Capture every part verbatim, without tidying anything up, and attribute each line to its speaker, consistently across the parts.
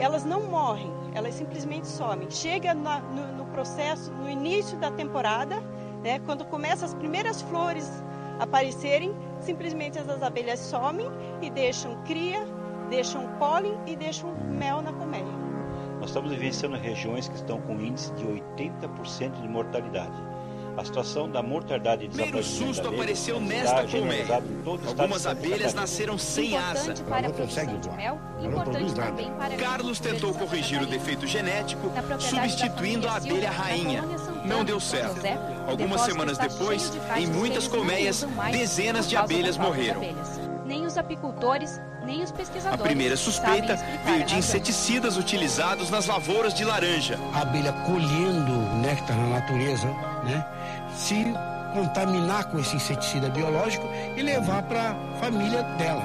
Speaker 1: elas não morrem, elas simplesmente somem. Chega na, no, no processo, no início da temporada, né, quando começam as primeiras flores aparecerem, simplesmente as abelhas somem e deixam cria, deixam pólen e deixam mel na colmeia.
Speaker 2: Nós estamos vivenciando regiões que estão com índice de oitenta por cento de mortalidade. A situação da mortalidade e
Speaker 3: primeiro susto apareceu nesta colmeia. Algumas abelhas nasceram sem asa.
Speaker 4: Para a produção de mel, importante também para
Speaker 3: Carlos tentou corrigir o defeito genético, substituindo a abelha rainha. Não deu certo. Algumas semanas depois, em muitas colmeias, dezenas de abelhas morreram.
Speaker 4: Nem os apicultores, nem os pesquisadores.
Speaker 3: A primeira suspeita veio de inseticidas utilizados nas lavouras de laranja.
Speaker 5: A abelha colhendo néctar na natureza, né, se contaminar com esse inseticida biológico e levar para a família dela.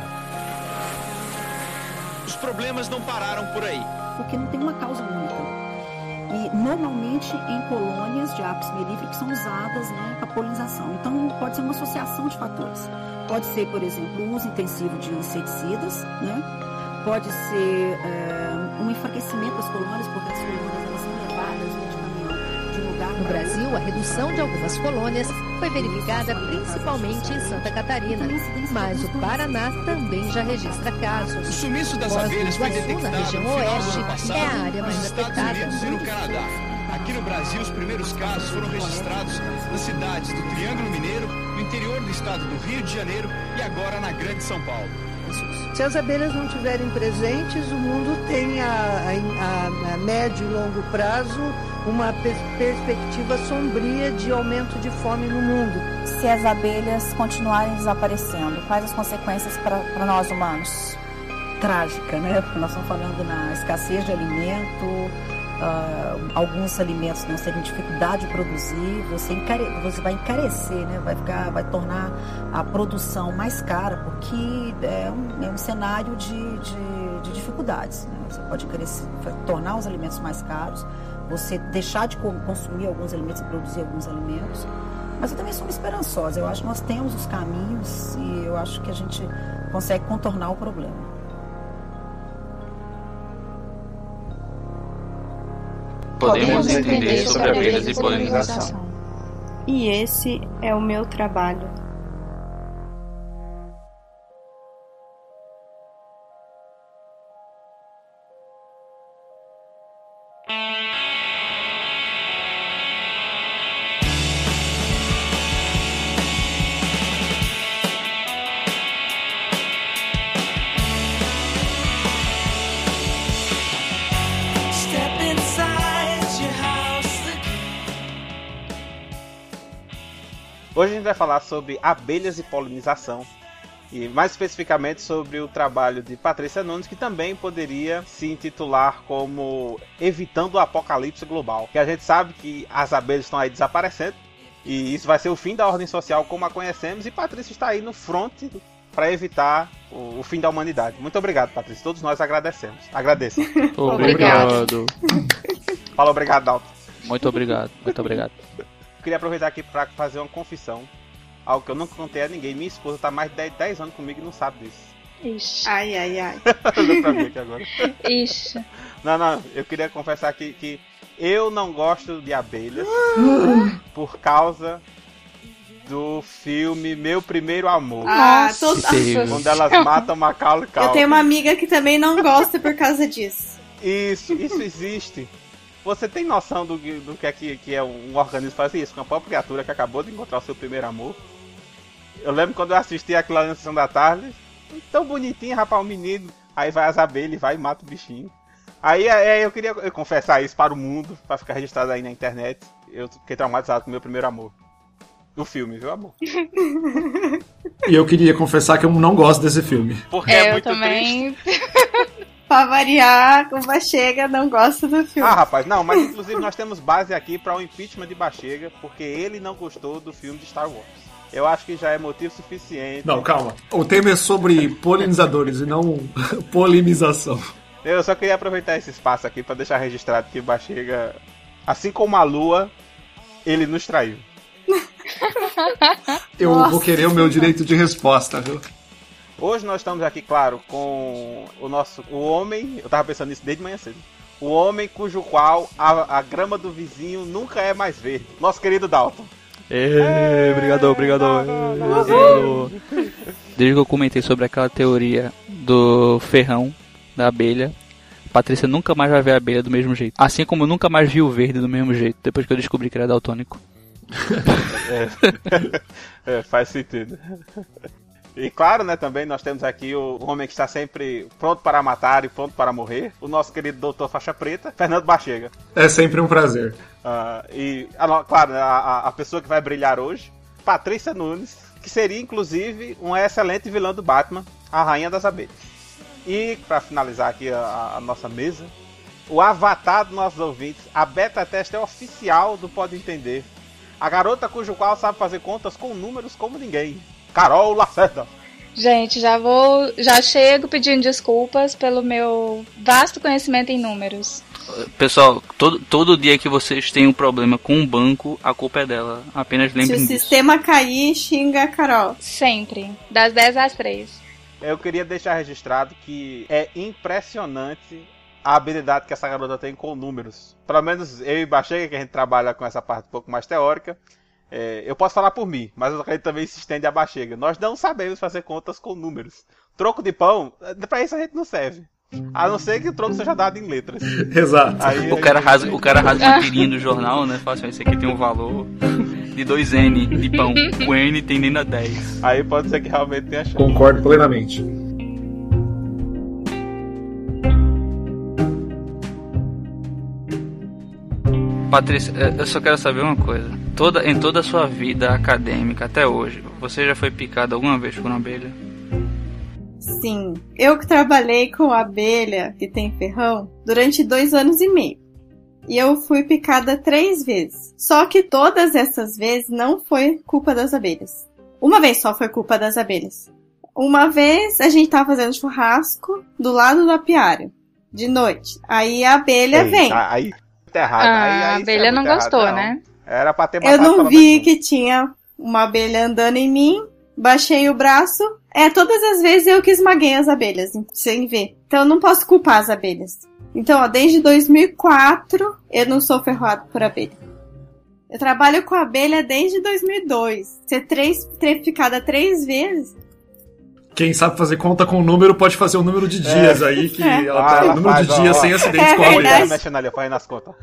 Speaker 3: Os problemas não pararam por aí.
Speaker 6: Porque não tem uma causa única. E normalmente em colônias de apis mellifera que são usadas, né, para polinização. Então pode ser uma associação de fatores. Pode ser, por exemplo, o uso intensivo de inseticidas, né? Pode ser é, um enfraquecimento das colônias, porque as colônias elas são levadas, né, de caminhão de um lugar.
Speaker 7: No Brasil, a redução de algumas colônias foi verificada principalmente em Santa Catarina, mas o Paraná também já registra casos.
Speaker 3: O sumiço das
Speaker 7: Foz
Speaker 3: abelhas
Speaker 7: do
Speaker 3: foi
Speaker 7: Iguaçu,
Speaker 3: detectado
Speaker 7: na região
Speaker 3: no final do
Speaker 7: oeste,
Speaker 3: ano passado,
Speaker 7: é a área mais
Speaker 3: nos Estados
Speaker 7: afetada.
Speaker 3: Unidos e no Canadá. Aqui no Brasil, os primeiros casos foram registrados nas cidades do Triângulo Mineiro, no interior do estado do Rio de Janeiro e agora na Grande São Paulo.
Speaker 8: Se as abelhas não estiverem presentes, o mundo tem a, a, a médio e longo prazo uma pers- perspectiva sombria de aumento de fome no mundo.
Speaker 9: Se as abelhas continuarem desaparecendo, quais as consequências para nós humanos?
Speaker 6: Trágica, né? Porque nós estamos falando na escassez de alimento, uh, alguns alimentos não terem dificuldade de produzir, você, encare... você vai encarecer, né? Vai ficar, vai tornar a produção mais cara, porque é um, é um cenário de, de, de dificuldades, né? Você pode encarecer, tornar os alimentos mais caros, você deixar de consumir alguns alimentos e produzir alguns alimentos. Mas eu também sou esperançosa, eu acho que nós temos os caminhos e eu acho que a gente consegue contornar o problema.
Speaker 10: Podemos entender sobre abelhas e polinização.
Speaker 11: E esse é o meu trabalho.
Speaker 12: Hoje a gente vai falar sobre abelhas e polinização, e mais especificamente sobre o trabalho de Patrícia Nunes, que também poderia se intitular como Evitando o Apocalipse Global. Que a gente sabe que as abelhas estão aí desaparecendo, e isso vai ser o fim da ordem social como a conhecemos, e Patrícia está aí no front para evitar o, o fim da humanidade. Muito obrigado, Patrícia. Todos nós agradecemos. Agradeço.
Speaker 10: Obrigado.
Speaker 12: Fala obrigado, Dalton.
Speaker 10: Muito obrigado, muito obrigado.
Speaker 12: Queria aproveitar aqui para fazer uma confissão. Algo que eu nunca contei a ninguém. Minha esposa tá mais de dez anos comigo e não sabe disso.
Speaker 11: Ixi. Ai, ai, ai.
Speaker 12: Olha pra mim aqui agora.
Speaker 11: Ixi.
Speaker 12: Não, não. Eu queria confessar aqui que eu não gosto de abelhas por causa do filme Meu Primeiro Amor.
Speaker 11: Ah, tô...
Speaker 12: Quando elas matam Macaulay Culkin.
Speaker 11: Eu tenho uma amiga que também não gosta por causa disso.
Speaker 12: Isso, isso existe. Você tem noção do, do que é que, que é um organismo fazer isso com a própria criatura que acabou de encontrar o seu primeiro amor? Eu lembro quando eu assisti aquilo na sessão da tarde, tão bonitinho, rapaz, um menino. Aí vai as abelhas, vai e mata o bichinho. Aí é, eu queria confessar isso para o mundo, para ficar registrado aí na internet. Eu fiquei traumatizado com o meu primeiro amor. Do filme, viu, amor?
Speaker 13: E eu queria confessar que eu não gosto desse filme.
Speaker 12: Porque
Speaker 11: é,
Speaker 12: é muito
Speaker 11: eu também...
Speaker 12: triste.
Speaker 11: Pra variar, o Bachega não gosta do filme.
Speaker 12: Ah, rapaz, não, mas inclusive nós temos base aqui para o impeachment de Bachega, porque ele não gostou do filme de Star Wars. Eu acho que já é motivo suficiente.
Speaker 13: Não, calma. O tema é sobre polinizadores e não polinização.
Speaker 12: Eu só queria aproveitar esse espaço aqui para deixar registrado que Bachega, assim como a Lua, ele nos traiu.
Speaker 13: Eu
Speaker 11: Nossa.
Speaker 13: vou querer o meu direito de resposta, viu?
Speaker 12: Hoje nós estamos aqui, claro, com o nosso, o homem, eu tava pensando nisso desde manhã cedo, o homem cujo qual a, a grama do vizinho nunca é mais verde, nosso querido Dalton.
Speaker 14: Ê, obrigado, obrigado. Desde que eu comentei sobre aquela teoria do ferrão, da abelha, Patrícia nunca mais vai ver a abelha do mesmo jeito. Assim como eu nunca mais vi o verde do mesmo jeito, depois que eu descobri que era daltônico.
Speaker 12: é, é, faz sentido. E claro, né, também nós temos aqui o homem que está sempre pronto para matar e pronto para morrer, o nosso querido doutor Faixa Preta, Fernando Bachega.
Speaker 13: É sempre um prazer.
Speaker 12: Uh, e, claro, a, a pessoa que vai brilhar hoje, Patrícia Nunes, que seria inclusive uma excelente vilã do Batman, a Rainha das Abelhas. E, para finalizar aqui a, a nossa mesa, o avatar dos nossos ouvintes, a beta tester oficial do Pode Entender, a garota cujo qual sabe fazer contas com números como ninguém, Carol Lacerda.
Speaker 11: Gente, já vou, já chego pedindo desculpas pelo meu vasto conhecimento em números.
Speaker 14: Pessoal, todo, todo dia que vocês têm um problema com um banco, a culpa é dela. Apenas lembrem disso.
Speaker 11: Se o sistema cair, xinga a Carol. Sempre, das dez às três.
Speaker 12: Eu queria deixar registrado que é impressionante a habilidade que essa garota tem com números. Pelo menos eu e Bachega, que a gente trabalha com essa parte um pouco mais teórica, é, eu posso falar por mim, mas a gente também se estende a Bachega. Nós não sabemos fazer contas com números. Troco de pão, pra isso a gente não serve. A não ser que o troco seja dado em letras.
Speaker 13: Exato.
Speaker 14: Aí, o, cara rasga, o cara rasga uma tirinha do jornal, né? Fala assim, esse aqui tem um valor de dois N de pão. O N tem nem na dez.
Speaker 12: Aí pode ser que realmente tenha chance.
Speaker 13: Concordo plenamente.
Speaker 14: Patrícia, eu só quero saber uma coisa. Toda, em toda a sua vida acadêmica até hoje, você já foi picado alguma vez por uma abelha?
Speaker 11: Sim. Eu que trabalhei com abelha que tem ferrão durante dois anos e meio. E eu fui picada três vezes. Só que todas essas vezes não foi culpa das abelhas. Uma vez só foi culpa das abelhas. Uma vez a gente tava fazendo churrasco do lado do apiário, de noite. Aí a abelha
Speaker 12: Ei,
Speaker 11: vem.
Speaker 12: Aí... Errado.
Speaker 11: Ah,
Speaker 12: aí, aí
Speaker 11: a abelha é não gostou,
Speaker 12: errado,
Speaker 11: né?
Speaker 12: Não. Era pra ter
Speaker 11: Eu não vi que tinha uma abelha andando em mim, baixei o braço. É, todas as vezes eu que esmaguei as abelhas, sem ver. Então eu não posso culpar as abelhas. Então, ó, desde dois mil e quatro eu não sou ferroado por abelha. Eu trabalho com abelha desde dois mil e dois. Ser três, ter picada três vezes...
Speaker 13: Quem sabe fazer conta com o número pode fazer o número de dias é. aí, que é. ela tá, ah, ela o número faz, de ó, dias ó, sem acidentes é com a abelha.
Speaker 12: Mexendo ali, põe nas contas.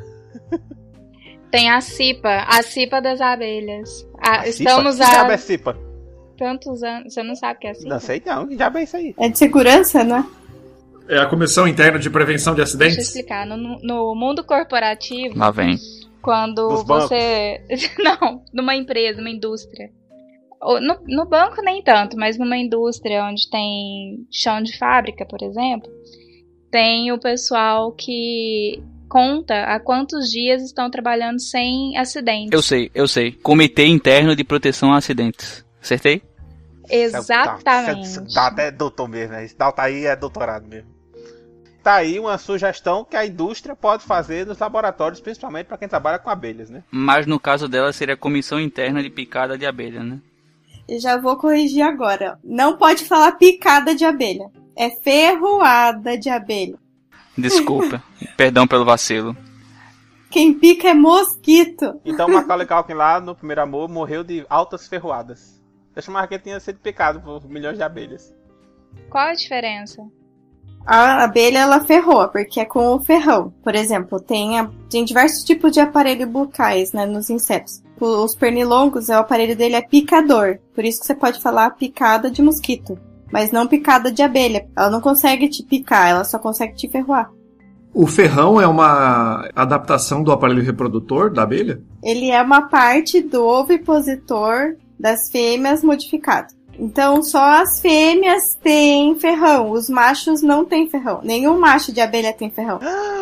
Speaker 11: Tem a cipa, a cipa das abelhas. A,
Speaker 12: a
Speaker 11: estamos
Speaker 12: cipa? Que diabo é cipa?
Speaker 11: Tantos anos, você não sabe o que é cipa?
Speaker 12: Não sei não, que diabo é isso aí?
Speaker 11: É de segurança, né?
Speaker 13: É a Comissão Interna de Prevenção de Acidentes?
Speaker 11: Deixa eu explicar, no, no mundo corporativo...
Speaker 14: Lá vem.
Speaker 11: Quando
Speaker 12: Dos
Speaker 11: você... Não, numa empresa, numa indústria. No, no banco nem tanto, mas numa indústria onde tem chão de fábrica, por exemplo, tem o pessoal que conta há quantos dias estão trabalhando sem acidentes.
Speaker 14: Eu sei, eu sei. Comitê Interno de Proteção a Acidentes. Acertei?
Speaker 11: Exatamente.
Speaker 12: Tá, tá até doutor mesmo, né? Esse tá aí é doutorado mesmo. Tá aí uma sugestão que a indústria pode fazer nos laboratórios, principalmente para quem trabalha com abelhas, né?
Speaker 14: Mas no caso dela seria a Comissão Interna de Picada de Abelha, né?
Speaker 11: E já vou corrigir agora. Não pode falar picada de abelha. É ferroada de abelha.
Speaker 14: Desculpa. Perdão pelo vacilo.
Speaker 11: Quem pica é mosquito.
Speaker 12: Então o Macaulay Culkin lá no Primeiro Amor morreu de altas ferroadas. Eu chamava que ele tinha sido picado por milhões de abelhas.
Speaker 11: Qual a diferença? A abelha, ela ferroa, porque é com o ferrão. Por exemplo, tem, a, tem diversos tipos de aparelho bucais, né, nos insetos. Os pernilongos, o aparelho dele é picador. Por isso que você pode falar picada de mosquito. Mas não picada de abelha. Ela não consegue te picar, ela só consegue te ferroar.
Speaker 13: O ferrão é uma adaptação do aparelho reprodutor da abelha?
Speaker 11: Ele é uma parte do ovipositor das fêmeas modificado. Então, só as fêmeas têm ferrão. Os machos não têm ferrão. Nenhum macho de abelha tem ferrão.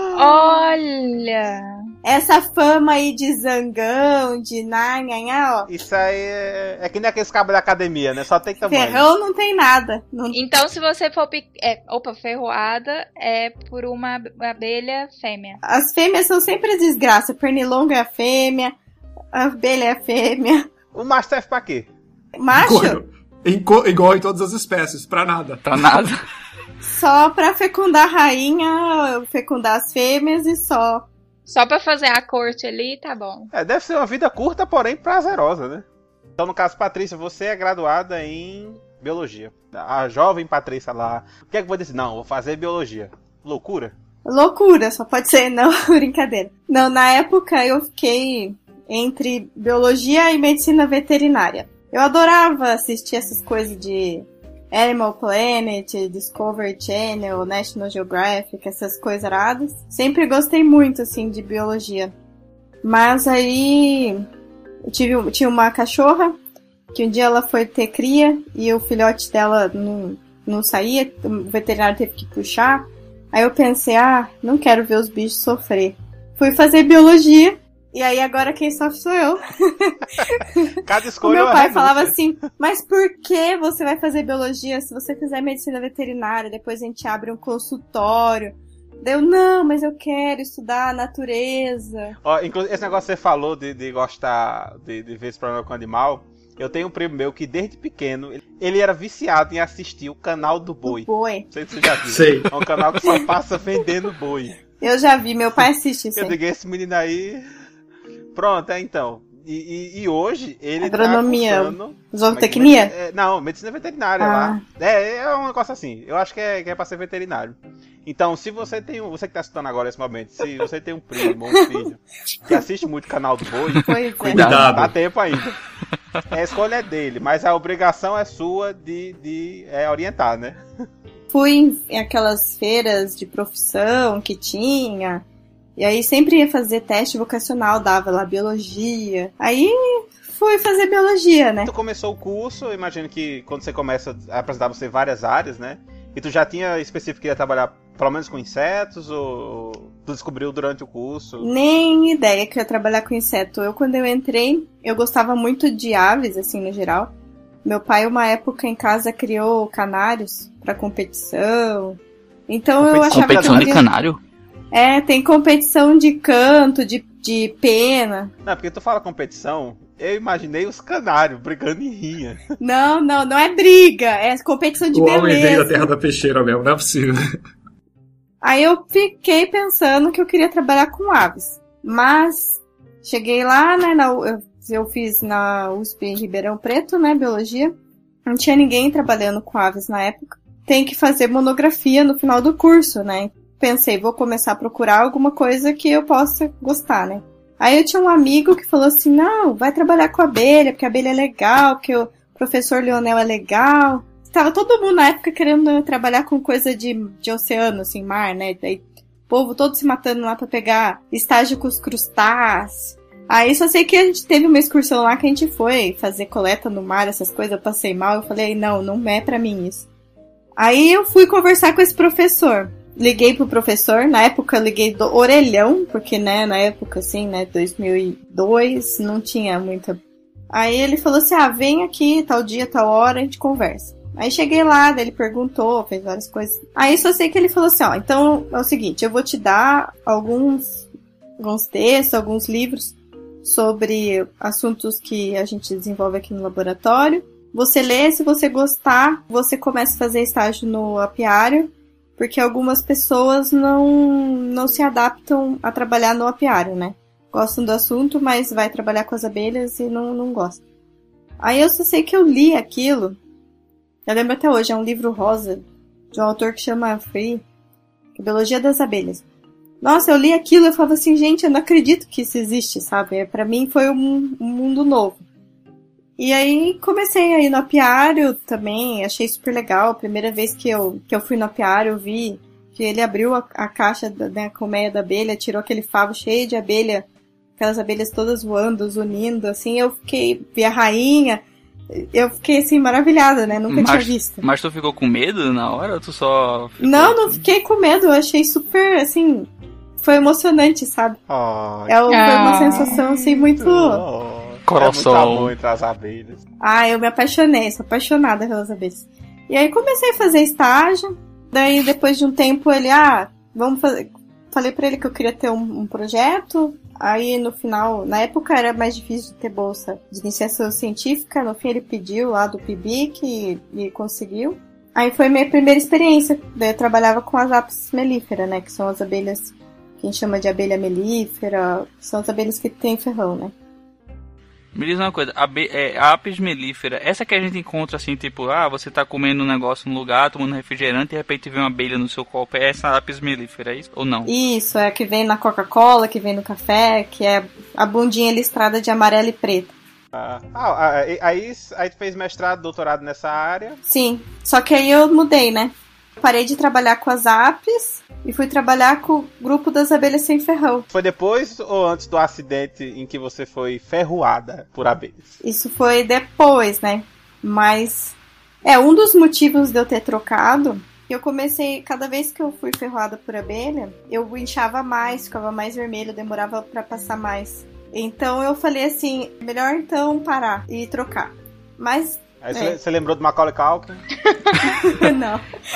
Speaker 11: Olha! Essa fama aí de zangão, de nanhanhá, ó.
Speaker 12: Isso aí é, é que nem aqueles cabos da academia, né? Só tem tamanho.
Speaker 11: Ferrão não tem nada. Não... Então, se você for... Pic... É, opa, ferroada é por uma abelha fêmea. As fêmeas são sempre desgraça. Pernilongo é a fêmea, a abelha é a fêmea.
Speaker 12: O macho serve pra quê?
Speaker 11: Macho?
Speaker 13: Em, igual em todas as espécies, pra nada.
Speaker 14: Pra nada.
Speaker 11: Só pra fecundar a rainha, fecundar as fêmeas e só.
Speaker 15: Só pra fazer a corte ali, tá bom.
Speaker 12: É, deve ser uma vida curta, porém prazerosa, né? Então, no caso, Patrícia, você é graduada em biologia. A jovem Patrícia lá. O que é que vou dizer? Não, vou fazer biologia. Loucura?
Speaker 11: Loucura, só pode ser, não, brincadeira. Não, na época eu fiquei entre biologia e medicina veterinária. Eu adorava assistir essas coisas de Animal Planet, Discovery Channel, National Geographic, essas coisas aradas. Sempre gostei muito, assim, de biologia. Mas aí eu tive, tinha uma cachorra que um dia ela foi ter cria e o filhote dela não, não saía, o veterinário teve que puxar. Aí eu pensei, ah, não quero ver os bichos sofrer. Fui fazer biologia, e aí agora quem sofre sou eu.
Speaker 12: Cada escolha.
Speaker 11: O meu pai falava assim, mas por que você vai fazer biologia se você fizer medicina veterinária, depois a gente abre um consultório? Eu, não, mas eu quero estudar a natureza.
Speaker 12: Ó, esse negócio que você falou de, de gostar de, de ver esse problema com animal. Eu tenho um primo meu que desde pequeno, ele era viciado em assistir o canal do Boi.
Speaker 11: Do Boi.
Speaker 12: Não sei se você já viu.
Speaker 13: Sei.
Speaker 12: É um canal que só passa vendendo boi.
Speaker 11: Eu já vi, meu pai assiste isso.
Speaker 12: Eu digo, esse menino aí... Pronto, é então. E, e, e hoje ele
Speaker 11: Agronomia,
Speaker 12: tá cursando...
Speaker 11: zootecnia?
Speaker 12: É, não, medicina veterinária
Speaker 11: ah.
Speaker 12: lá. É, é um negócio assim. Eu acho que é, que é pra ser veterinário. Então, se você tem um... Você que tá assistindo agora nesse momento, se você tem um primo ou um filho que assiste muito o canal do Boi,
Speaker 11: pois
Speaker 12: cuidado, é. Dá tempo ainda. A escolha é dele, mas a obrigação é sua de, de é, orientar, né?
Speaker 11: Fui em aquelas feiras de profissão que tinha, e aí sempre ia fazer teste vocacional, dava lá biologia. Aí fui fazer biologia, né?
Speaker 12: Tu começou o curso, eu imagino que quando você começa a apresentar você várias áreas, né? E tu já tinha específico que ia trabalhar pelo menos com insetos, ou tu descobriu durante o curso?
Speaker 11: Nem ideia que eu ia trabalhar com inseto. Eu, quando eu entrei, eu gostava muito de aves, assim, no geral. Meu pai, uma época em casa, criou canários pra competição. Então eu achava que...
Speaker 14: Competição de canário?
Speaker 11: É, tem competição de canto, de, de pena.
Speaker 12: Não, porque tu fala competição... Eu imaginei os canários brigando em rinha.
Speaker 11: Não, não, não é briga, é competição de
Speaker 13: o
Speaker 11: beleza.
Speaker 13: O homem veio da terra da peixeira mesmo, não é possível.
Speaker 11: Aí eu fiquei pensando que eu queria trabalhar com aves. Mas cheguei lá, né, na, eu, eu fiz na U S P em Ribeirão Preto, né, biologia. Não tinha ninguém trabalhando com aves na época. Tem que fazer monografia no final do curso, né. Pensei, vou começar a procurar alguma coisa que eu possa gostar, né. Aí eu tinha um amigo que falou assim, não, vai trabalhar com abelha, porque a abelha é legal, porque o professor Leonel é legal. Tava todo mundo na época querendo trabalhar com coisa de, de oceano, assim, mar, né? Daí o povo todo se matando lá pra pegar estágio com os crustáceos. Aí só sei que a gente teve uma excursão lá que a gente foi fazer coleta no mar, essas coisas, eu passei mal, eu falei, não, não é pra mim isso. Aí eu fui conversar com esse professor. Liguei pro professor, na época eu liguei do orelhão, porque, né, na época, assim, né, dois mil e dois, não tinha muita... Aí ele falou assim, ah, vem aqui, tal dia, tal hora, a gente conversa. Aí cheguei lá, daí ele perguntou, fez várias coisas. Aí só sei que ele falou assim, ó, então é o seguinte, eu vou te dar alguns, alguns textos, alguns livros sobre assuntos que a gente desenvolve aqui no laboratório. Você lê, se você gostar, você começa a fazer estágio no apiário, porque algumas pessoas não, não se adaptam a trabalhar no apiário, né? Gostam do assunto, mas vai trabalhar com as abelhas e não, não gosta. Aí eu só sei que eu li aquilo, eu lembro até hoje, é um livro rosa, de um autor que chama Free, Biologia das Abelhas. Nossa, eu li aquilo e eu falava assim, gente, eu não acredito que isso existe, sabe? Pra mim foi um, um mundo novo. E aí comecei a ir no apiário também, achei super legal. A primeira vez que eu, que eu fui no apiário, eu vi que ele abriu a, a caixa da, da colmeia da abelha, tirou aquele favo cheio de abelha, aquelas abelhas todas voando, zunindo, assim, eu fiquei, vi a rainha, eu fiquei assim, maravilhada, né, nunca
Speaker 14: mas,
Speaker 11: tinha visto.
Speaker 14: Mas tu ficou com medo na hora ou tu só... Ficou...
Speaker 11: Não, não fiquei com medo, eu achei super, assim, foi emocionante, sabe?
Speaker 12: Oh,
Speaker 11: é, foi uma sensação, assim, muito...
Speaker 12: Oh.
Speaker 14: Coração.
Speaker 12: É muito amor entre as abelhas.
Speaker 11: Ah, eu me apaixonei, sou apaixonada pelas abelhas. E aí comecei a fazer estágio, daí depois de um tempo ele, ah, vamos fazer... Falei pra ele que eu queria ter um, um projeto, Aí no final, na época era mais difícil de ter bolsa de iniciação científica, no fim ele pediu lá do P I B I C e, e conseguiu. Aí foi minha primeira experiência, eu trabalhava com as apis mellifera, né, que são as abelhas que a gente chama de abelha melífera, são as abelhas que tem ferrão, né.
Speaker 14: Me diz uma coisa, a, é, a apis mellifera, essa que a gente encontra assim, tipo, ah, você tá comendo um negócio no lugar, tomando refrigerante, e de repente vem uma abelha no seu copo, é essa apis mellifera, é isso? Ou não?
Speaker 11: Isso, é a que vem na Coca-Cola, que vem no café, que é a bundinha listrada de amarelo e preto.
Speaker 12: Ah, ah, aí, aí tu fez mestrado, doutorado nessa área?
Speaker 11: Sim, só que aí eu mudei, né? Parei de trabalhar com as apis e fui trabalhar com o grupo das abelhas sem ferrão.
Speaker 12: Foi depois ou antes do acidente em que você foi ferroada por abelhas?
Speaker 11: Isso foi depois, né? Mas é um dos motivos de eu ter trocado. Eu comecei, cada vez que eu fui ferroada por abelha, eu inchava mais, ficava mais vermelho, demorava pra passar mais. Então eu falei assim, melhor então parar e trocar. Mas
Speaker 12: aí você, é. você lembrou do Macaulay Culkin?
Speaker 11: Não.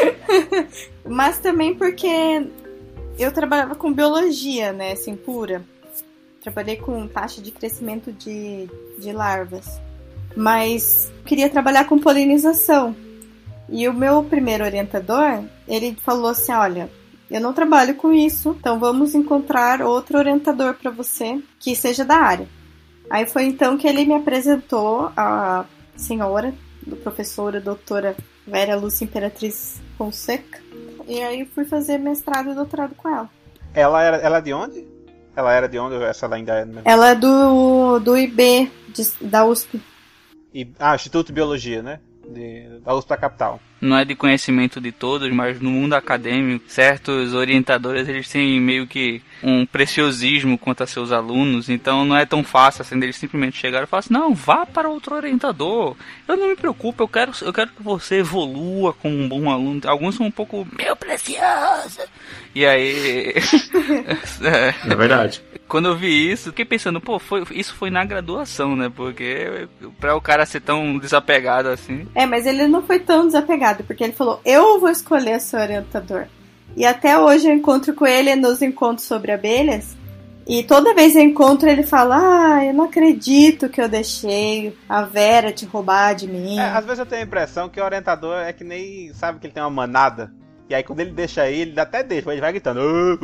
Speaker 11: Mas também porque eu trabalhava com biologia, né, assim, pura. Trabalhei com taxa de crescimento de, de larvas. Mas queria trabalhar com polinização. E o meu primeiro orientador, ele falou assim, olha, eu não trabalho com isso, então vamos encontrar outro orientador para você que seja da área. Aí foi então que ele me apresentou a senhora, do professora doutora Vera Lúcia Imperatriz Fonseca, e aí fui fazer mestrado e doutorado com ela.
Speaker 12: Ela era ela é de onde? Ela era de onde? Essa ela ainda é mesmo?
Speaker 11: Ela é do, do I B, de, da U S P.
Speaker 12: E, ah, Instituto de Biologia, né? De, da U S P da capital.
Speaker 14: Não é de conhecimento de todos, mas no mundo acadêmico, certos orientadores, eles têm meio que um preciosismo quanto a seus alunos, então não é tão fácil assim, eles simplesmente chegaram e falam assim, não, vá para outro orientador, eu não me preocupo, eu quero, eu quero que você evolua como um bom aluno. Alguns são um pouco, meu precioso, e aí...
Speaker 13: é. é verdade.
Speaker 14: Quando eu vi isso, fiquei pensando, pô, foi, isso foi na graduação, né, porque pra o cara ser tão desapegado assim...
Speaker 11: É, mas ele não foi tão desapegado, porque ele falou, eu vou escolher seu orientador. E até hoje eu encontro com ele nos encontros sobre abelhas, e toda vez que eu encontro ele fala, ah, eu não acredito que eu deixei a Vera te roubar de mim.
Speaker 12: É, às vezes eu tenho a impressão que o orientador é que nem, sabe que ele tem uma manada, e aí quando ele deixa aí, ele até deixa, mas ele vai gritando.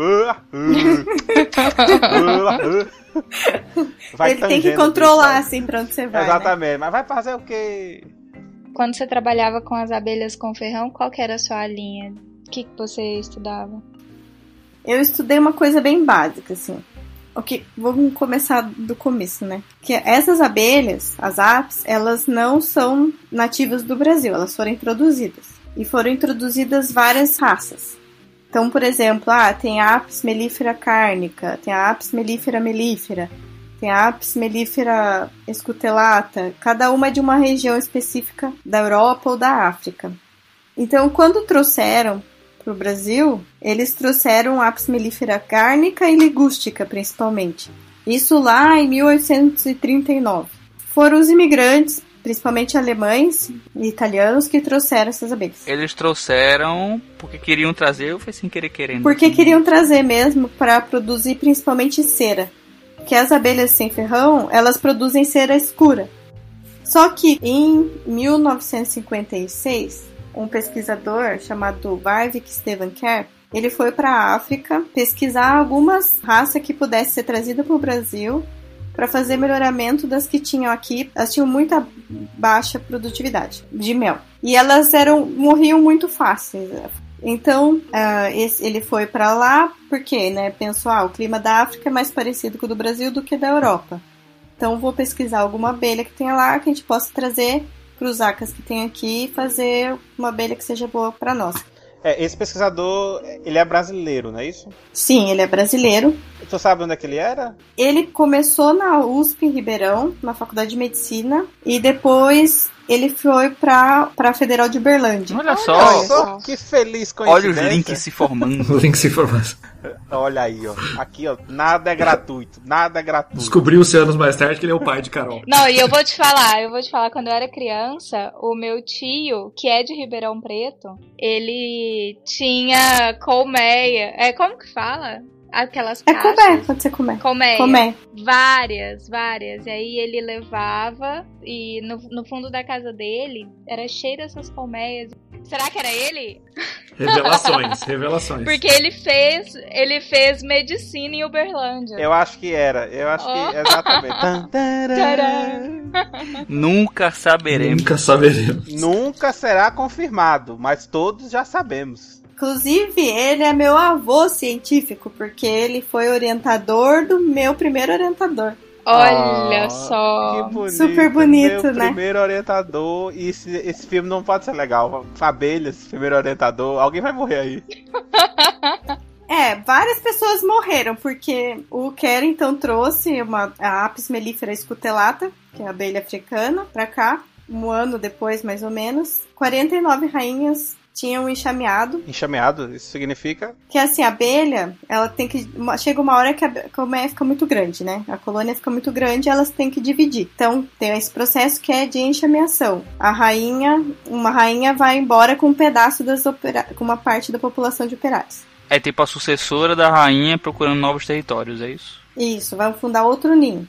Speaker 11: Vai ele tem que controlar assim pra onde você vai.
Speaker 12: Exatamente,
Speaker 11: né?
Speaker 12: Mas vai fazer o quê?
Speaker 15: Quando você trabalhava com as abelhas com ferrão, qual que era a sua linha? O que, que você estudava?
Speaker 11: Eu estudei uma coisa bem básica, assim. Ok, vamos começar do começo, né? Que essas abelhas, as apis, elas não são nativas do Brasil, elas foram introduzidas. E foram introduzidas várias raças. Então, por exemplo, ah, tem a apis mellifera cárnica, tem a apis mellifera mellifera, tem a apis mellifera escutellata, cada uma é de uma região específica da Europa ou da África. Então, quando trouxeram para o Brasil, eles trouxeram apis mellifera cárnica e ligústica, principalmente. Isso lá em mil oitocentos e trinta e nove. Foram os imigrantes, principalmente alemães e italianos, que trouxeram essas abelhas.
Speaker 14: Eles trouxeram porque queriam trazer ou foi sem querer querendo?
Speaker 11: Porque queriam trazer mesmo para produzir principalmente cera. Porque as abelhas sem ferrão, elas produzem cera escura. Só que em mil novecentos e cinquenta e seis, um pesquisador chamado Warwick Stephen-Kerr, ele foi para a África pesquisar algumas raças que pudessem ser trazidas para o Brasil para fazer melhoramento das que tinham aqui. Elas tinham muita baixa produtividade de mel. E elas eram morriam muito fáceis. Então, uh, esse, ele foi para lá porque, né, pensou, ah, o clima da África é mais parecido com o do Brasil do que da Europa. Então, vou pesquisar alguma abelha que tenha lá, que a gente possa trazer, cruzar com as que tem aqui e fazer uma abelha que seja boa para nós.
Speaker 12: É, esse pesquisador, ele é brasileiro, não é isso?
Speaker 11: Sim, ele é brasileiro.
Speaker 12: Tu sabe onde é que ele era?
Speaker 11: Ele começou na U S P em Ribeirão, na Faculdade de Medicina, e depois ele foi pra, pra Federal de Uberlândia.
Speaker 14: Olha só,
Speaker 12: Olha só que feliz coincidência.
Speaker 14: Olha os links se formando.
Speaker 13: Os links se formando.
Speaker 12: Olha aí, ó. Aqui, ó, nada é gratuito, nada é gratuito.
Speaker 13: Descobriu-se anos mais tarde que ele é o pai de Carol.
Speaker 15: Não, e eu vou te falar, eu vou te falar, quando eu era criança, o meu tio, que é de Ribeirão Preto, ele tinha colmeia. É, como que fala? aquelas
Speaker 11: É
Speaker 15: caixas.
Speaker 11: colmeia, pode ser colmeia.
Speaker 15: Colmeia.
Speaker 11: Colmeia.
Speaker 15: Várias, várias. E aí ele levava e no, no fundo da casa dele era cheio dessas colmeias. Será que era ele?
Speaker 13: Revelações, revelações.
Speaker 15: Porque ele fez, ele fez medicina em Uberlândia.
Speaker 12: Eu acho que era, eu acho oh. que exatamente.
Speaker 14: Nunca saberemos.
Speaker 13: Nunca saberemos.
Speaker 12: Nunca será confirmado, mas todos já sabemos.
Speaker 11: Inclusive, ele é meu avô científico, porque ele foi orientador do meu primeiro orientador.
Speaker 15: Olha
Speaker 12: oh,
Speaker 15: só.
Speaker 12: Que bonito.
Speaker 11: Super bonito,
Speaker 12: meu
Speaker 11: né?
Speaker 12: Primeiro orientador. E esse, esse filme não pode ser legal. Abelhas, primeiro orientador. Alguém vai morrer aí.
Speaker 11: É, várias pessoas morreram, porque o Carrington trouxe uma, a Apis mellifera scutellata, que é a abelha africana, pra cá. Um ano depois, mais ou menos. quarenta e nove rainhas tinham enxameado.
Speaker 12: Enxameado? Isso significa?
Speaker 11: Que assim, a abelha, ela tem que... Chega uma hora que a colmeia fica muito grande, né? A colônia fica muito grande e elas têm que dividir. Então, tem esse processo que é de enxameação. A rainha... Uma rainha vai embora com um pedaço das opera... com uma parte da população de operários.
Speaker 14: É tipo a sucessora da rainha procurando novos territórios, é isso?
Speaker 11: Isso, vai fundar outro ninho.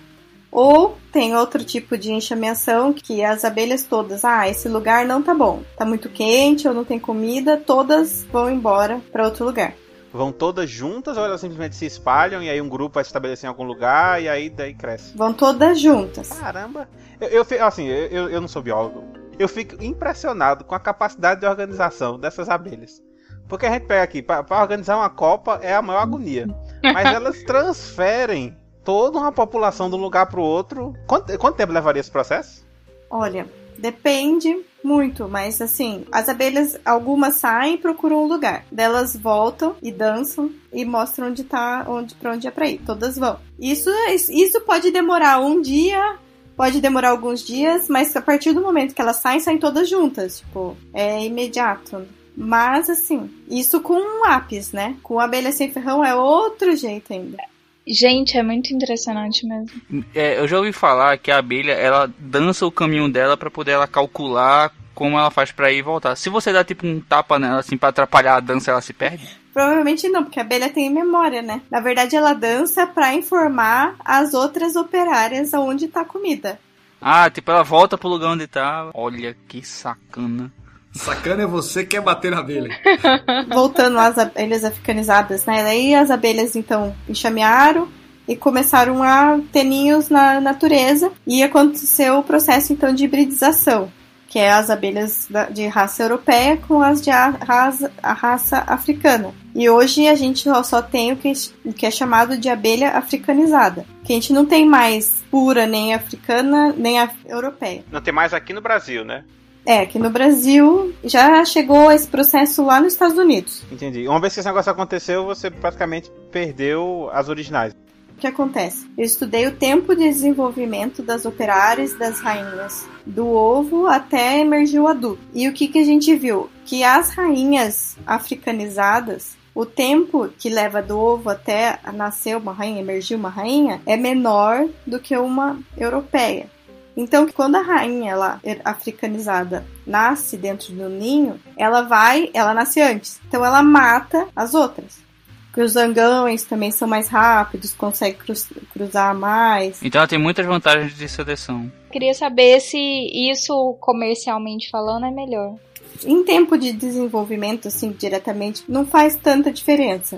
Speaker 11: Ou tem outro tipo de enxameação que as abelhas todas, ah, esse lugar não tá bom, tá muito quente ou não tem comida, todas vão embora para outro lugar.
Speaker 12: Vão todas juntas ou elas simplesmente se espalham e aí um grupo vai se estabelecer em algum lugar e aí daí cresce?
Speaker 11: Vão todas juntas.
Speaker 12: Caramba! Eu, eu assim, eu, eu não sou biólogo, eu fico impressionado com a capacidade de organização dessas abelhas. Porque a gente pega aqui, para organizar uma copa é a maior agonia, mas elas transferem toda uma população de um lugar para o outro. Quanto, quanto tempo levaria esse processo?
Speaker 11: Olha, depende muito, mas assim, as abelhas, algumas saem e procuram um lugar. Delas voltam e dançam e mostram onde tá, onde, pra onde é pra ir. Todas vão. Isso, isso pode demorar um dia, pode demorar alguns dias, mas a partir do momento que elas saem, saem todas juntas. Tipo, é imediato. Mas assim, isso com um lápis, né? Com abelha sem ferrão é outro jeito ainda.
Speaker 15: Gente, é muito impressionante mesmo.
Speaker 14: É, eu já ouvi falar que a abelha, ela dança o caminho dela pra poder ela calcular como ela faz pra ir e voltar. Se você dá tipo um tapa nela assim pra atrapalhar a dança, ela se perde?
Speaker 11: Provavelmente não, porque a abelha tem memória, né? Na verdade, ela dança pra informar as outras operárias aonde tá a comida.
Speaker 14: Ah, tipo, ela volta pro lugar onde tá. Olha que sacana.
Speaker 13: Sacana é você que quer bater na abelha.
Speaker 11: Voltando às abelhas africanizadas, né? Daí as abelhas, então, enxamearam e começaram a ter ninhos na natureza. E aconteceu o processo, então, de hibridização, que é as abelhas de raça europeia com as de a raça, a raça africana. E hoje a gente só tem o que, o que é chamado de abelha africanizada, que a gente não tem mais pura, nem africana, nem a europeia.
Speaker 12: Não tem mais aqui no Brasil, né?
Speaker 11: É, aqui no Brasil já chegou esse processo lá nos Estados Unidos.
Speaker 12: Entendi. Uma vez que esse negócio aconteceu, você praticamente perdeu as originais.
Speaker 11: O que acontece? Eu estudei o tempo de desenvolvimento das operárias das rainhas, do ovo até emergir o adulto. E o que, que a gente viu? Que as rainhas africanizadas, o tempo que leva do ovo até nascer uma rainha, emergir uma rainha, é menor do que uma europeia. Então, quando a rainha ela, africanizada nasce dentro do ninho, ela vai, ela nasce antes. Então, ela mata as outras. Porque os zangões também são mais rápidos, conseguem cruz, cruzar mais.
Speaker 14: Então, ela tem muitas vantagens de seleção.
Speaker 15: Queria saber se isso, comercialmente falando, é melhor.
Speaker 11: Em tempo de desenvolvimento, assim, diretamente, não faz tanta diferença.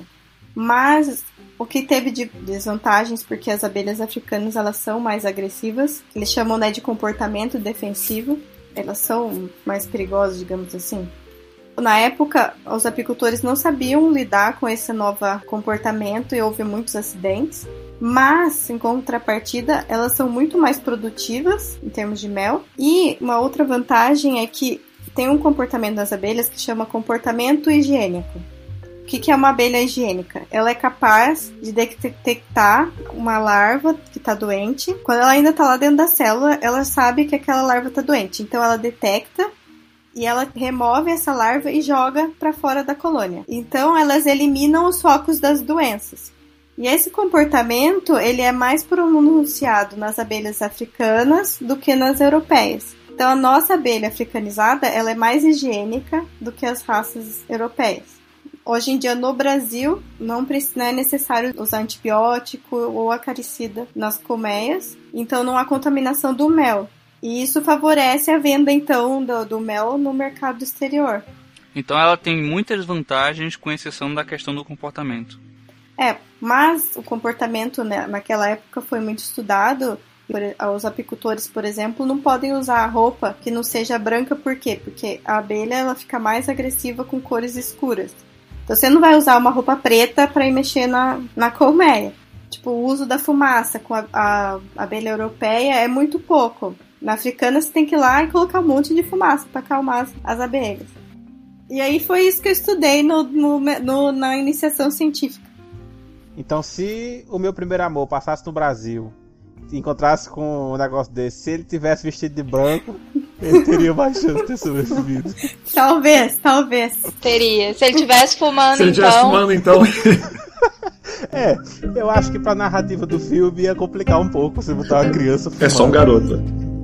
Speaker 11: Mas o que teve de desvantagens, porque as abelhas africanas elas são mais agressivas, eles chamam, né, de comportamento defensivo, elas são mais perigosas, digamos assim. Na época, os apicultores não sabiam lidar com esse novo comportamento e houve muitos acidentes, mas, em contrapartida, elas são muito mais produtivas em termos de mel. E uma outra vantagem é que tem um comportamento das abelhas que chama comportamento higiênico. O que é uma abelha higiênica? Ela é capaz de detectar uma larva que está doente. Quando ela ainda está lá dentro da célula, ela sabe que aquela larva está doente. Então ela detecta e ela remove essa larva e joga para fora da colônia. Então elas eliminam os focos das doenças. E esse comportamento ele é mais pronunciado nas abelhas africanas do que nas europeias. Então a nossa abelha africanizada ela é mais higiênica do que as raças europeias. Hoje em dia, no Brasil, não, não é necessário usar antibiótico ou acaricida nas colmeias, então não há contaminação do mel. E isso favorece a venda, então, do, do mel no mercado exterior.
Speaker 14: Então ela tem muitas vantagens, com exceção da questão do comportamento.
Speaker 11: É, mas o comportamento, né, naquela época foi muito estudado. Os apicultores, por exemplo, não podem usar roupa que não seja branca. Por quê? Porque a abelha ela fica mais agressiva com cores escuras. Então você não vai usar uma roupa preta para ir mexer na, na colmeia. Tipo, o uso da fumaça com a, a abelha europeia é muito pouco. Na africana você tem que ir lá e colocar um monte de fumaça para acalmar as, as abelhas. E aí foi isso que eu estudei no, no, no, na iniciação científica.
Speaker 12: Então, se o meu primeiro amor passasse no Brasil, encontrasse com um negócio desse, se ele tivesse vestido de branco, ele teria mais chance de ter sobrevivido.
Speaker 11: Talvez, talvez.
Speaker 15: Teria. Se ele tivesse fumando,
Speaker 13: Se ele
Speaker 15: então...
Speaker 13: tivesse fumando, então...
Speaker 12: É, eu acho que pra narrativa do filme ia complicar um pouco você botar uma criança fumando.
Speaker 13: É só um garoto.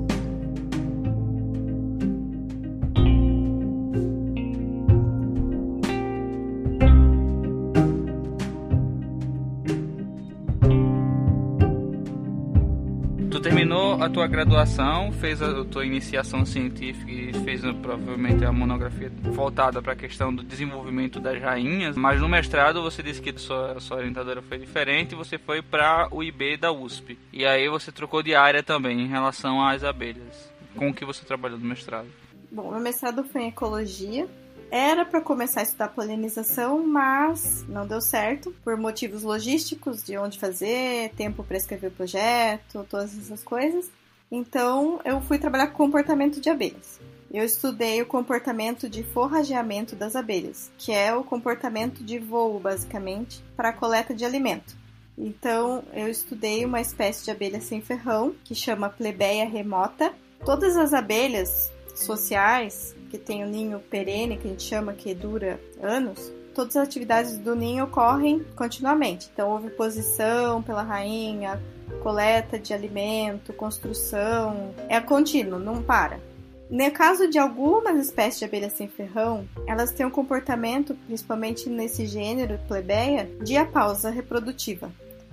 Speaker 14: Terminou a tua graduação, fez a tua iniciação científica e fez provavelmente a monografia voltada para a questão do desenvolvimento das rainhas, mas no mestrado você disse que sua, sua orientadora foi diferente e você foi para o I B da U S P. E aí você trocou de área também em relação às abelhas. Com o que você trabalhou no mestrado?
Speaker 11: Bom, meu mestrado foi em ecologia. Era para começar a estudar polinização, mas não deu certo por motivos logísticos, de onde fazer, tempo para escrever o projeto, todas essas coisas. Então, eu fui trabalhar com comportamento de abelhas. Eu estudei o comportamento de forrageamento das abelhas, que é o comportamento de voo, basicamente, para a coleta de alimento. Então, eu estudei uma espécie de abelha sem ferrão, que chama Plebeia remota. Todas as abelhas sociais que tem o ninho perene, que a gente chama que dura anos, todas as atividades do ninho ocorrem continuamente. Então, oviposição pela rainha, coleta de alimento, construção, é contínuo, não para. No caso de algumas espécies de abelhas sem ferrão, elas têm um comportamento, principalmente nesse gênero, plebeia, de apausa reprodutiva.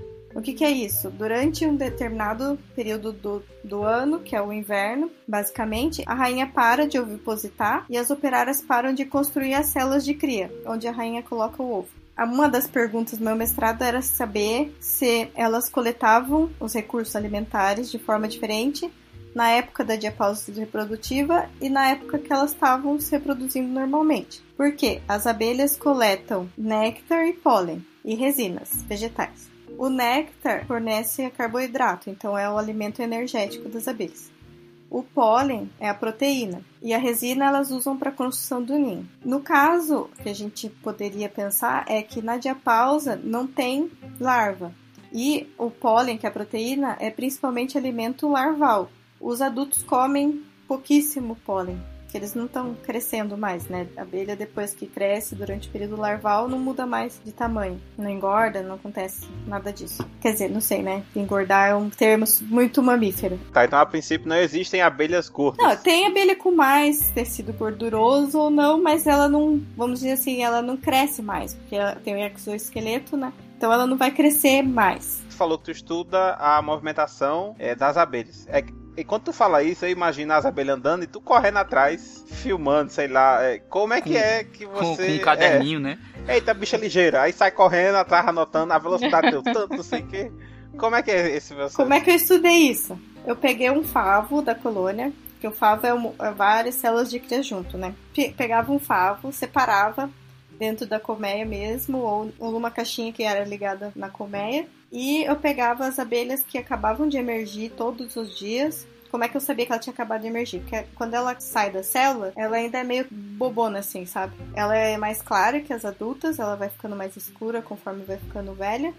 Speaker 11: O que, que é isso? Durante um determinado período do, do ano, que é o inverno, basicamente, a rainha para de ovipositar e as operárias param de construir as células de cria, onde a rainha coloca o ovo. Uma das perguntas do meu mestrado era saber se elas coletavam os recursos alimentares de forma diferente na época da diapausa reprodutiva e na época que elas estavam se reproduzindo normalmente. Por quê? As abelhas coletam néctar e pólen e resinas vegetais. O néctar fornece carboidrato, então é o alimento energético das abelhas. O pólen é a proteína e a resina elas usam para a construção do ninho. No caso, que a gente poderia pensar é que na diapausa não tem larva e o pólen, que é a proteína, é principalmente alimento larval. Os adultos comem pouquíssimo pólen, que eles não estão crescendo mais, né? A abelha, depois que cresce durante o período larval, não muda mais de tamanho. Não engorda, não acontece nada disso. Quer dizer, não sei, né? Engordar é um termo muito mamífero.
Speaker 12: Tá, então a princípio não existem abelhas gordas.
Speaker 11: Não, tem abelha com mais tecido gorduroso ou não, mas ela não, vamos dizer assim, ela não cresce mais, porque ela tem o exoesqueleto, né? Então ela não vai crescer mais.
Speaker 12: Tu falou que tu estuda a movimentação é, das abelhas. É E quando tu fala isso, eu imagino as abelhas andando e tu correndo atrás, filmando, sei lá. É, como é que com, é que você...
Speaker 14: Com, com um caderninho,
Speaker 12: é,
Speaker 14: né?
Speaker 12: Eita, bicha ligeira. Aí sai correndo atrás, anotando a velocidade deu tanto, não sei o quê. Como é que é esse processo?
Speaker 11: Como é que eu estudei isso? Eu peguei um favo da colônia, que o favo é, um, é várias células de cria junto, né? Pegava um favo, separava dentro da colmeia mesmo, ou numa caixinha que era ligada na colmeia. E eu pegava as abelhas que acabavam de emergir todos os dias. Como é que eu sabia que ela tinha acabado de emergir? Porque quando ela sai da célula, ela ainda é meio bobona assim, sabe? Ela é mais clara que as adultas, ela vai ficando mais escura conforme vai ficando velha.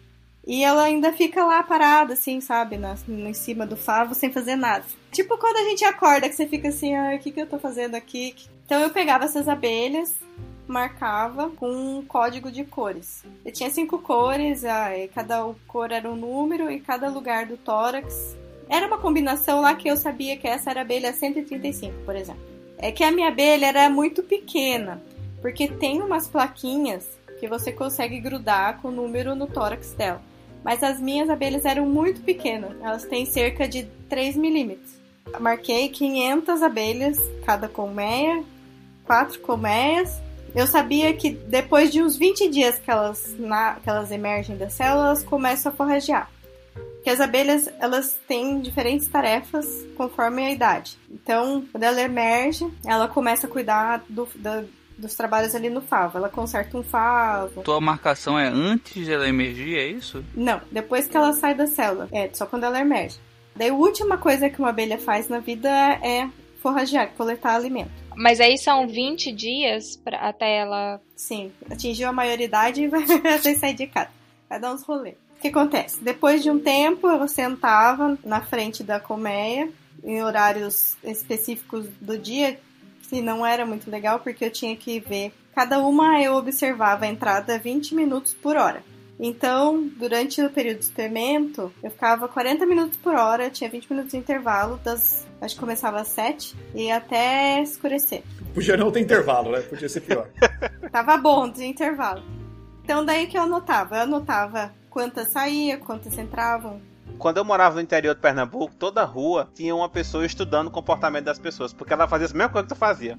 Speaker 11: E ela ainda fica lá parada, assim, sabe? Na, em cima do favo, sem fazer nada. Tipo quando a gente acorda, que você fica assim, ah, o que, que eu tô fazendo aqui? Então eu pegava essas abelhas, marcava com um código de cores. Eu tinha cinco cores, ah, e cada cor era um número e cada lugar do tórax. Era uma combinação lá que eu sabia que essa era a abelha cento e trinta e cinco, por exemplo. É que a minha abelha era muito pequena. porque tem umas plaquinhas que você consegue grudar com o número no tórax dela. Mas as minhas abelhas eram muito pequenas, elas têm cerca de três milímetros. Eu marquei quinhentas abelhas, cada colmeia, quatro colmeias. Eu sabia que depois de uns vinte dias que elas, na, que elas emergem da célula, elas começam a forragear. Porque as abelhas, elas têm diferentes tarefas conforme a idade. Então, quando ela emerge, ela começa a cuidar do, do, dos trabalhos ali no favo. Ela conserta um favo.
Speaker 14: Tua marcação é antes de ela emergir, é isso?
Speaker 11: Não, depois que ela sai da célula. É, só quando ela emerge. Daí a última coisa que uma abelha faz na vida é forragear, coletar alimento.
Speaker 15: Mas aí são vinte dias pra, até ela...
Speaker 11: Sim, atingiu a maioridade e vai sair de casa. Vai dar uns rolês. O que acontece? Depois de um tempo, eu sentava na frente da colmeia, em horários específicos do dia, que não era muito legal, porque eu tinha que ver. Cada uma eu observava a entrada vinte minutos por hora. Então, durante o período de experimento, eu ficava quarenta minutos por hora, tinha vinte minutos de intervalo, das, acho que começava às sete e até escurecer.
Speaker 13: Podia não ter intervalo, né? Podia ser pior.
Speaker 11: Tava bom de intervalo. Então, daí que eu anotava. Eu anotava quantas saía, quantas entravam.
Speaker 12: Quando eu morava no interior de Pernambuco, toda rua tinha uma pessoa estudando o comportamento das pessoas, porque ela fazia a mesma coisa que tu fazia.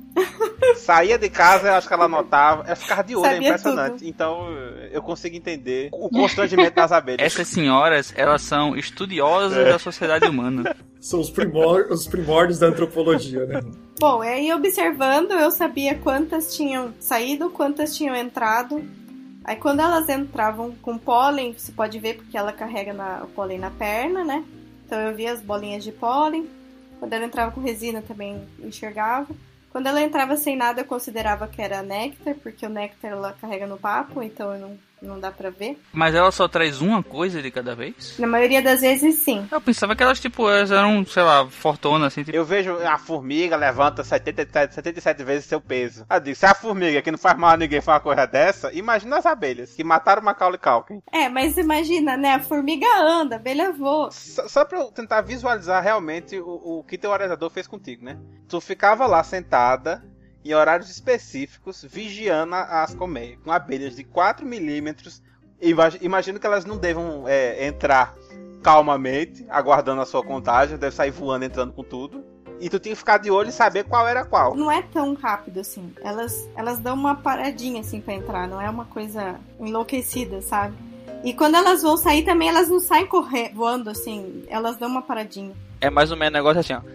Speaker 12: Saía de casa, eu acho que ela anotava, ela ficava de olho, é impressionante. Tudo. Então eu consigo entender o constrangimento das abelhas.
Speaker 14: Essas senhoras, elas são estudiosas é. da sociedade humana.
Speaker 13: São os, primor- os primórdios da antropologia, né?
Speaker 11: Bom, aí observando, eu sabia quantas tinham saído, quantas tinham entrado. Aí quando elas entravam com pólen, você pode ver porque ela carrega na, o pólen na perna, né? Então eu via as bolinhas de pólen. Quando ela entrava com resina também enxergava. Quando ela entrava sem nada, eu considerava que era néctar, porque o néctar ela carrega no papo, então eu não, não dá pra ver.
Speaker 14: Mas ela só traz uma coisa de cada vez?
Speaker 11: Na maioria das vezes, sim.
Speaker 14: Eu pensava que elas, tipo, elas eram, sei lá, fortonas, assim. Tipo...
Speaker 12: Eu vejo a formiga levanta setenta e sete, setenta e sete vezes seu peso. Eu digo, se a formiga, que não faz mal a ninguém, faz uma coisa dessa, imagina as abelhas, que mataram o Macaulay Culkin.
Speaker 11: É, mas imagina, né, a formiga anda, a abelha voa.
Speaker 12: Só, só pra eu tentar visualizar realmente o, o que teu orientador fez contigo, né? Tu ficava lá sentada, em horários específicos, vigiando as colmeias, com abelhas de quatro milímetros. Imagino que elas não devam é, entrar calmamente, aguardando a sua contagem, deve sair voando, entrando com tudo. E tu tinha que ficar de olho e saber qual era qual.
Speaker 11: Não é tão rápido assim. Elas, elas dão uma paradinha assim pra entrar, não é uma coisa enlouquecida, sabe? E quando elas vão sair também, elas não saem correndo, voando assim, elas dão uma paradinha.
Speaker 14: É mais ou menos um negócio assim, ó.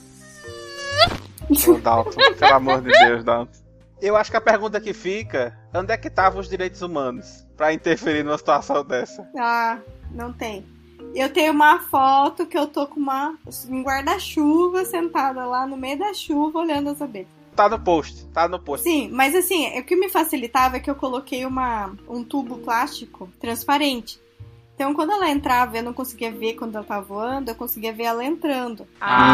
Speaker 12: Ô, Dalton, pelo amor de Deus, Dalton. Eu acho que a pergunta que fica, onde é que estavam os direitos humanos pra interferir numa situação dessa?
Speaker 11: Ah, não tem. Eu tenho uma foto que eu tô com uma, um guarda-chuva sentada lá no meio da chuva olhando as abelhas.
Speaker 12: Tá no post, tá no post.
Speaker 11: Sim, mas assim, o que me facilitava é que eu coloquei uma, um tubo plástico transparente. Então, quando ela entrava, eu não conseguia ver quando ela tava voando, eu conseguia ver ela entrando.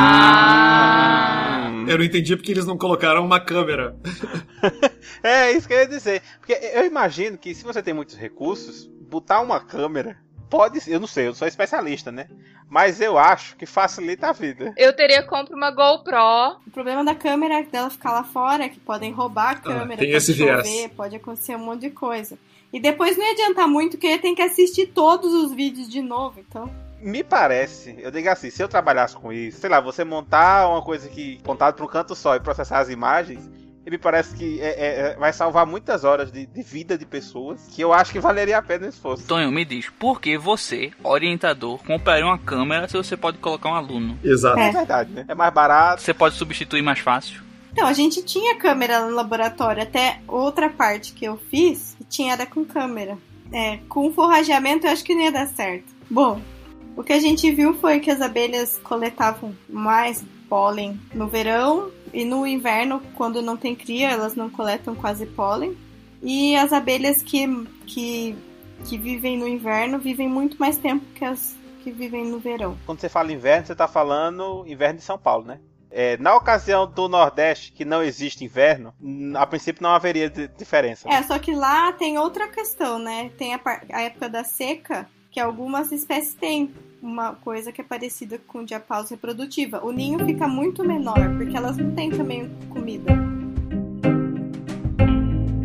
Speaker 13: Ah! Eu não entendi porque eles não colocaram uma câmera.
Speaker 12: É, isso que eu ia dizer. Porque eu imagino que se você tem muitos recursos, botar uma câmera pode... Eu não sei, eu sou especialista, né? Mas eu acho que facilita a vida.
Speaker 15: Eu teria compro uma GoPro.
Speaker 11: O problema da câmera é dela ficar lá fora, é que podem roubar a câmera,
Speaker 13: ah, tem esse
Speaker 11: chover,
Speaker 13: viés.
Speaker 11: Pode acontecer um monte de coisa. E depois não ia adiantar muito, porque eu ia ter que assistir todos os vídeos de novo, então...
Speaker 12: Me parece, eu digo assim, se eu trabalhasse com isso, sei lá, você montar uma coisa que apontado para um canto só e processar as imagens, me parece que é, é, vai salvar muitas horas de, de vida de pessoas, que eu acho que valeria a pena o esforço.
Speaker 14: Tonho, me diz, por que você, orientador, compraria uma câmera se você pode colocar um aluno?
Speaker 13: Exato.
Speaker 12: É, é verdade, né? É mais barato.
Speaker 14: Você pode substituir mais fácil.
Speaker 11: Então, a gente tinha câmera no laboratório, até outra parte que eu fiz, tinha era com câmera. É, com forrageamento eu acho que não ia dar certo. Bom, o que a gente viu foi que as abelhas coletavam mais pólen no verão e no inverno, quando não tem cria, elas não coletam quase pólen. E as abelhas que, que, que vivem no inverno vivem muito mais tempo que as que vivem no verão.
Speaker 12: Quando você fala inverno, você está falando inverno de São Paulo, né? É, na ocasião do Nordeste, que não existe inverno, a princípio não haveria de diferença.
Speaker 11: Né? É, só que lá tem outra questão, né? Tem a, a época da seca, que algumas espécies têm uma coisa que é parecida com diapausa reprodutiva. O ninho fica muito menor, porque elas não têm também comida.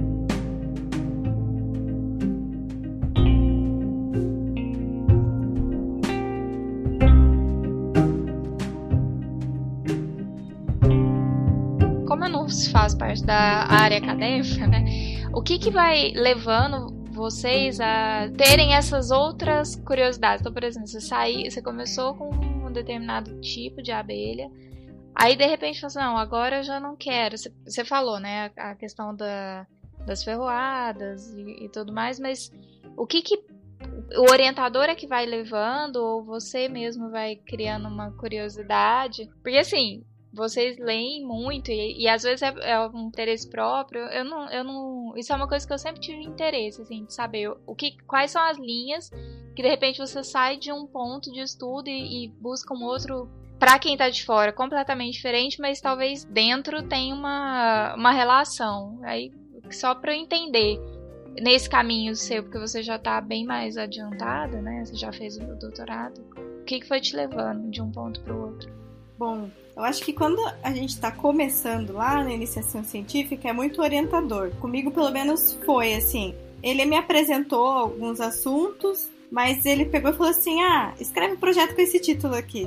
Speaker 15: parte da área acadêmica, né? O que que vai levando vocês a terem essas outras curiosidades? Então, por exemplo, você saiu, você começou com um determinado tipo de abelha, aí de repente você fala assim, não, agora eu já não quero. Você, você falou, né, a, a questão da, das ferroadas e, e tudo mais, mas o que que o orientador é que vai levando, ou você mesmo vai criando uma curiosidade? Porque assim, vocês leem muito e, e às vezes é, é um interesse próprio. Eu não, eu não, isso é uma coisa que eu sempre tive interesse, assim, de saber o que, quais são as linhas que de repente você sai de um ponto de estudo e, e busca um outro, pra quem tá de fora, completamente diferente, mas talvez dentro tenha uma, uma relação. Aí, só pra eu entender, nesse caminho seu, porque você já tá bem mais adiantado, né? Você já fez o doutorado. O que, que foi te levando de um ponto pro outro?
Speaker 11: Bom, eu acho que quando a gente está começando lá na iniciação científica é muito orientador. Comigo, pelo menos, foi assim. Ele me apresentou alguns assuntos, mas ele pegou e falou assim, ah, escreve um projeto com esse título aqui.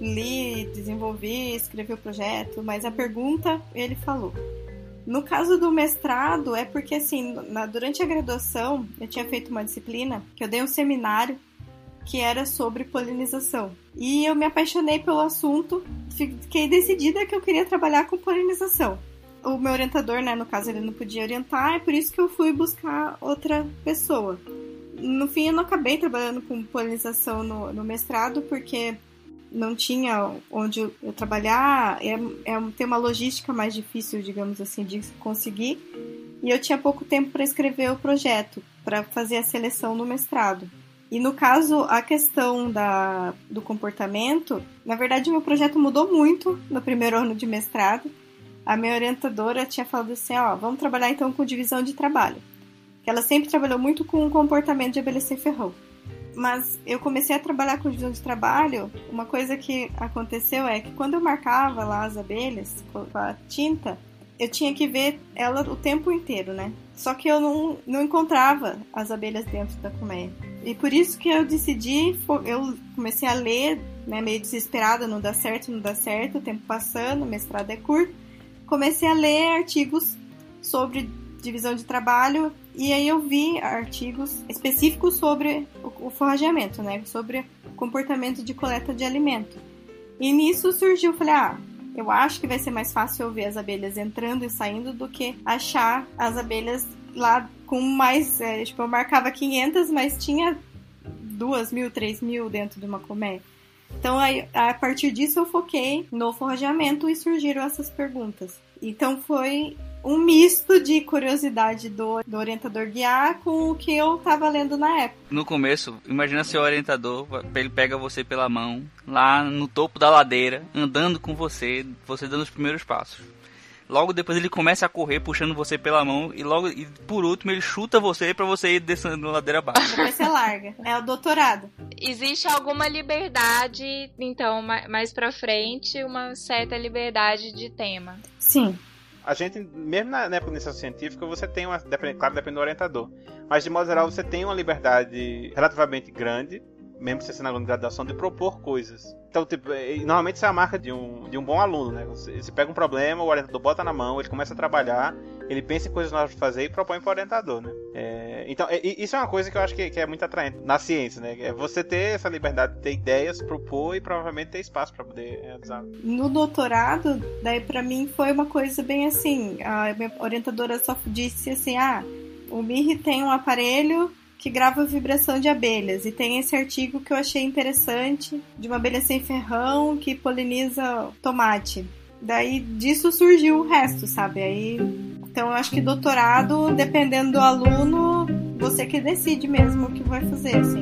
Speaker 11: Li, desenvolvi, escrevi o projeto, mas a pergunta ele falou. No caso do mestrado, é porque assim, na, durante a graduação, eu tinha feito uma disciplina, que eu dei um seminário, que era sobre polinização. E eu me apaixonei pelo assunto, fiquei decidida que eu queria trabalhar com polinização. O meu orientador, né, no caso, ele não podia orientar, é por isso que eu fui buscar outra pessoa. No fim, eu não acabei trabalhando com polinização no, no mestrado, porque não tinha onde eu trabalhar, é, é, tem uma logística mais difícil, digamos assim, de conseguir. E eu tinha pouco tempo para escrever o projeto, para fazer a seleção no mestrado. E no caso, a questão da, do comportamento, na verdade, meu projeto mudou muito no primeiro ano de mestrado. A minha orientadora tinha falado assim, ó, vamos trabalhar então com divisão de trabalho. Que ela sempre trabalhou muito com o comportamento de abelha sem ferrão. Mas eu comecei a trabalhar com divisão de trabalho, uma coisa que aconteceu é que quando eu marcava lá as abelhas com a tinta, eu tinha que ver ela o tempo inteiro, né? Só que eu não, não encontrava as abelhas dentro da colmeia. E por isso que eu decidi, eu comecei a ler, né, meio desesperada, não dá certo, não dá certo, o tempo passando, o mestrado é curto. Comecei a ler artigos sobre divisão de trabalho e aí eu vi artigos específicos sobre o, o forrageamento, né, sobre o comportamento de coleta de alimento. E nisso surgiu, falei, ah, eu acho que vai ser mais fácil eu ver as abelhas entrando e saindo do que achar as abelhas lá com mais... É, tipo, eu marcava quinhentas, mas tinha duas mil, três mil dentro de uma colmeia. Então, aí, a partir disso, eu foquei no forrageamento e surgiram essas perguntas. Então, foi um misto de curiosidade do, do orientador guiar com o que eu estava lendo na época.
Speaker 14: No começo, imagina seu orientador, ele pega você pela mão, lá no topo da ladeira, andando com você, você dando os primeiros passos. Logo depois ele começa a correr, puxando você pela mão, e logo e por último ele chuta você pra você ir descendo na ladeira abaixo.
Speaker 11: Depois você larga. É o doutorado.
Speaker 15: Existe alguma liberdade, então, mais pra frente, uma certa liberdade de tema?
Speaker 11: Sim.
Speaker 12: A gente, mesmo na, na época de iniciação científica, você tem uma... Depende, claro, depende do orientador. Mas, de modo geral, você tem uma liberdade relativamente grande, mesmo você sendo aluno de graduação, de propor coisas. Então, tipo, normalmente isso é a marca de um, de um bom aluno, né? Você, você pega um problema, o orientador bota na mão, ele começa a trabalhar, ele pensa em coisas novas para fazer e propõe para o orientador, né? É, então, é, isso é uma coisa que eu acho que, que é muito atraente na ciência, né? É você ter essa liberdade de ter ideias, propor e provavelmente ter espaço para poder realizar.
Speaker 11: No doutorado, daí para mim foi uma coisa bem assim, a minha orientadora só disse assim, ah, o M I R tem um aparelho que grava vibração de abelhas, e tem esse artigo que eu achei interessante, de uma abelha sem ferrão que poliniza tomate. Daí disso surgiu o resto, sabe? Aí, então eu acho que doutorado, dependendo do aluno, você que decide mesmo o que vai fazer, assim.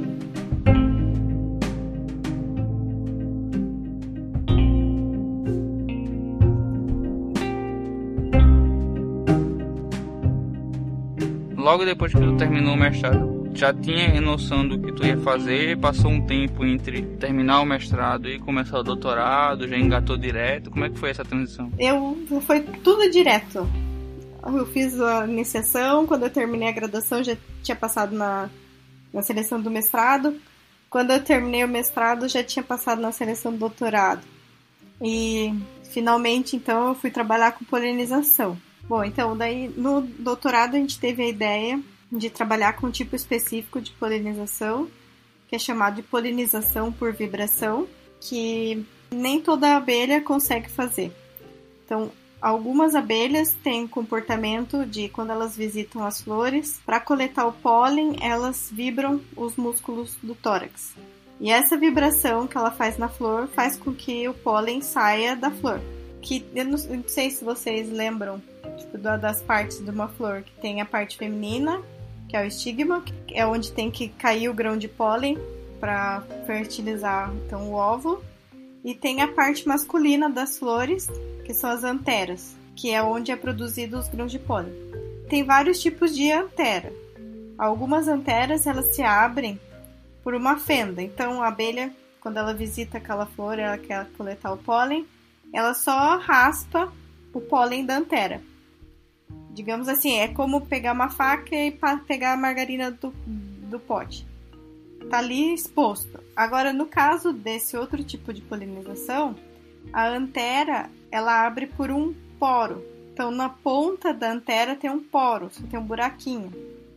Speaker 14: Logo depois que tu terminou o mestrado, já tinha noção do que tu ia fazer? Passou um tempo entre terminar o mestrado e começar o doutorado? Já engatou direto? Como é que foi essa transição?
Speaker 11: Eu, foi tudo direto. Eu fiz a iniciação, quando eu terminei a graduação já tinha passado na, na seleção do mestrado. Quando eu terminei o mestrado já tinha passado na seleção do doutorado. E finalmente então eu fui trabalhar com polinização. Bom, então, daí no doutorado a gente teve a ideia de trabalhar com um tipo específico de polinização, que é chamado de polinização por vibração, que nem toda abelha consegue fazer. Então, algumas abelhas têm comportamento de, quando elas visitam as flores, para coletar o pólen, elas vibram os músculos do tórax. E essa vibração que ela faz na flor faz com que o pólen saia da flor. Que, eu não, eu não sei se vocês lembram tipo, das partes de uma flor, que tem a parte feminina, que é o estigma, que é onde tem que cair o grão de pólen para fertilizar então, o óvulo. E tem a parte masculina das flores, que são as anteras, que é onde é produzido os grãos de pólen. Tem vários tipos de antera. Algumas anteras elas se abrem por uma fenda. Então a abelha, quando ela visita aquela flor, ela quer coletar o pólen, ela só raspa o pólen da antera. Digamos assim, é como pegar uma faca e pegar a margarina do, do pote. Tá ali exposto. Agora, no caso desse outro tipo de polinização, a antera, ela abre por um poro. Então, na ponta da antera tem um poro, só tem um buraquinho.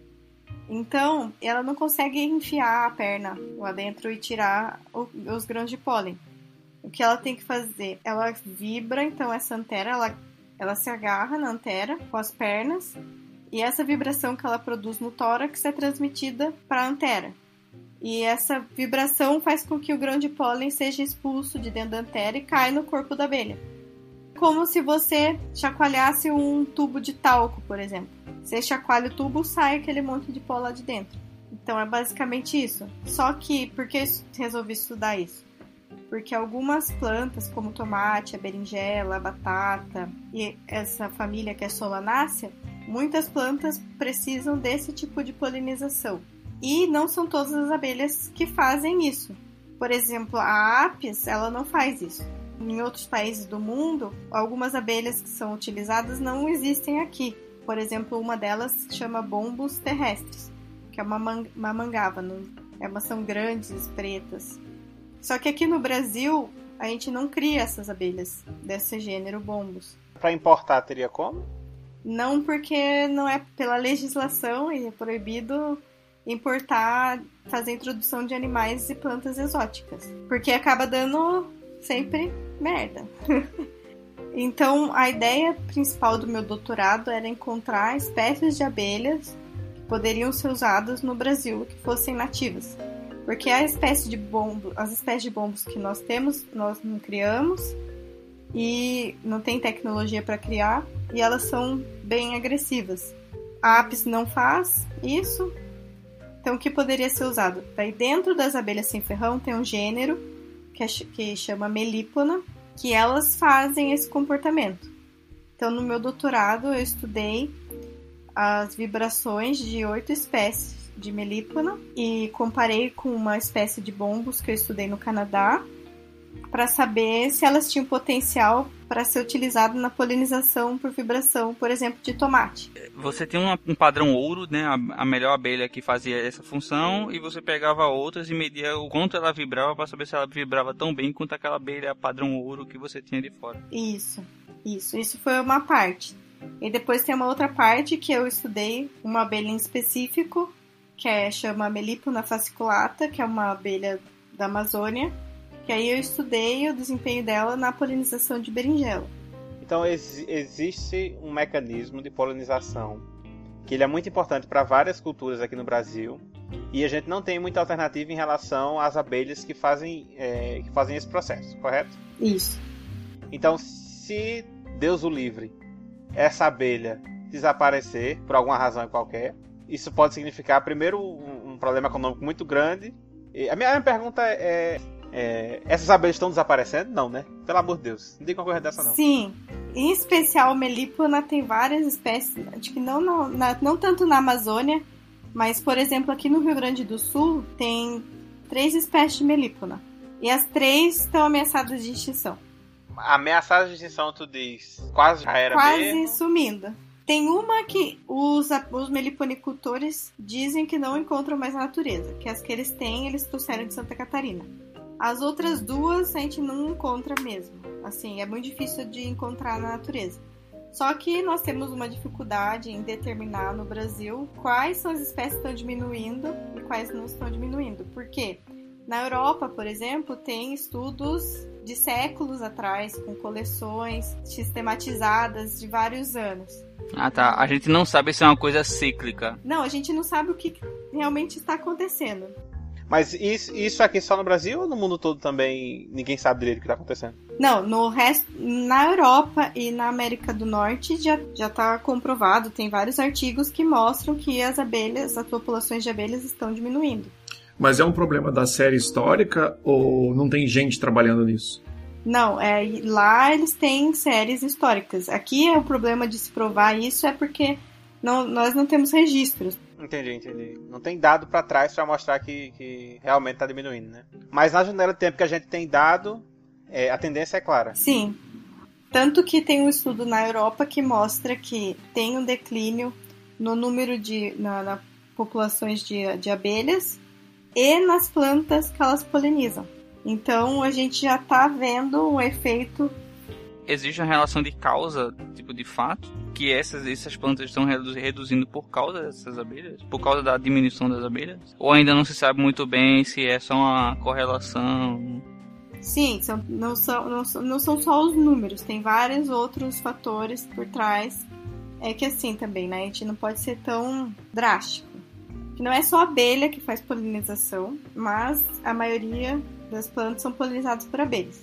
Speaker 11: Então, ela não consegue enfiar a perna lá dentro e tirar o, os grãos de pólen. O que ela tem que fazer? Ela vibra, então, essa antera, ela, ela se agarra na antera com as pernas e essa vibração que ela produz no tórax é transmitida para a antera. E essa vibração faz com que o grão de pólen seja expulso de dentro da antera e cai no corpo da abelha. Como se você chacoalhasse um tubo de talco, por exemplo. Você chacoalha o tubo, sai aquele monte de pó lá de dentro. Então é basicamente isso. Só que, por que eu resolvi estudar isso? Porque algumas plantas, como tomate, a berinjela, a batata e essa família que é Solanácea, muitas plantas precisam desse tipo de polinização. E não são todas as abelhas que fazem isso. Por exemplo, a Apis, ela não faz isso. Em outros países do mundo, algumas abelhas que são utilizadas não existem aqui. Por exemplo, uma delas se chama Bombus terrestris, que é uma, man- uma mangava. Não? É uma, são grandes, pretas. Só que aqui no Brasil, a gente não cria essas abelhas desse gênero Bombus.
Speaker 12: Para importar, teria como?
Speaker 11: Não, porque não é pela legislação e é proibido importar, fazer introdução de animais e plantas exóticas. Porque acaba dando sempre merda. Então, a ideia principal do meu doutorado era encontrar espécies de abelhas que poderiam ser usadas no Brasil, que fossem nativas. Porque a espécie de bombo, as espécies de bombos que nós temos, nós não criamos e não tem tecnologia para criar e elas são bem agressivas. A Apis não faz isso. Então, o que poderia ser usado? Daí, dentro das abelhas sem ferrão tem um gênero que, é, que chama Melípona, que elas fazem esse comportamento. Então, no meu doutorado, eu estudei as vibrações de oito espécies de Melípona e comparei com uma espécie de bombos que eu estudei no Canadá para saber se elas tinham potencial para ser utilizado na polinização por vibração, por exemplo, de tomate.
Speaker 14: Você tem uma, um padrão ouro, né? A, a melhor abelha que fazia essa função, e você pegava outras e media o quanto ela vibrava para saber se ela vibrava tão bem quanto aquela abelha padrão ouro que você tinha de fora.
Speaker 11: Isso, isso. Isso foi uma parte. E depois tem uma outra parte que eu estudei, uma abelha em específico, que é, chama Melípona fasciculata, que é uma abelha da Amazônia, que aí eu estudei o desempenho dela na polinização de berinjela.
Speaker 12: Então ex- existe um mecanismo de polinização que ele é muito importante para várias culturas aqui no Brasil e a gente não tem muita alternativa em relação às abelhas que fazem, é, que fazem esse processo, correto?
Speaker 11: Isso.
Speaker 12: Então, se Deus o livre, essa abelha desaparecer por alguma razão qualquer, isso pode significar primeiro um, um problema econômico muito grande. E a minha, a minha pergunta é... É, essas abelhas estão desaparecendo? Não, né? Pelo amor de Deus, não diga uma coisa dessa não.
Speaker 11: Sim, em especial Melípona tem várias espécies, acho que não, não, na, não tanto na Amazônia, mas por exemplo aqui no Rio Grande do Sul tem três espécies de Melípona e as três estão ameaçadas de extinção.
Speaker 12: Ameaçadas de extinção, tu diz? Quase já era
Speaker 11: Quase
Speaker 12: mesmo?
Speaker 11: sumindo. Tem uma que os, os meliponicultores dizem que não encontram mais na natureza, que as que eles têm eles trouxeram de Santa Catarina. As outras duas a gente não encontra mesmo. Assim, é muito difícil de encontrar na natureza. Só que nós temos uma dificuldade em determinar no Brasil quais são as espécies que estão diminuindo e quais não estão diminuindo. Por quê? Na Europa, por exemplo, tem estudos de séculos atrás, com coleções sistematizadas de vários anos.
Speaker 14: Ah, tá. A gente não sabe se é uma coisa cíclica.
Speaker 11: Não, a gente não sabe o que realmente está acontecendo.
Speaker 12: Mas isso, isso aqui só no Brasil ou no mundo todo também ninguém sabe direito o que está acontecendo?
Speaker 11: Não, no resto, na Europa e na América do Norte já já está comprovado, tem vários artigos que mostram que as abelhas, as populações de abelhas estão diminuindo.
Speaker 13: Mas é um problema da série histórica ou não tem gente trabalhando nisso?
Speaker 11: Não, é, lá eles têm séries históricas. Aqui é o problema de se provar isso é porque não, nós não temos registros.
Speaker 12: Entendi, entendi. Não tem dado pra trás pra mostrar que, que realmente tá diminuindo, né? Mas na janela de tempo que a gente tem dado, é, a tendência é clara.
Speaker 11: Sim. Tanto que tem um estudo na Europa que mostra que tem um declínio no número de... na, na populações de, de abelhas e nas plantas que elas polinizam. Então a gente já tá vendo um efeito.
Speaker 14: Existe uma relação de causa, tipo de fato, que essas, essas plantas estão reduzindo por causa dessas abelhas? Por causa da diminuição das abelhas? Ou ainda não se sabe muito bem se é só uma correlação?
Speaker 11: Sim, são, não, são, não, são, não são só os números, tem vários outros fatores por trás. É que assim também, né? A gente não pode ser tão drástico. Que não é só a abelha que faz polinização, mas a maioria das plantas são polinizadas por abelhas.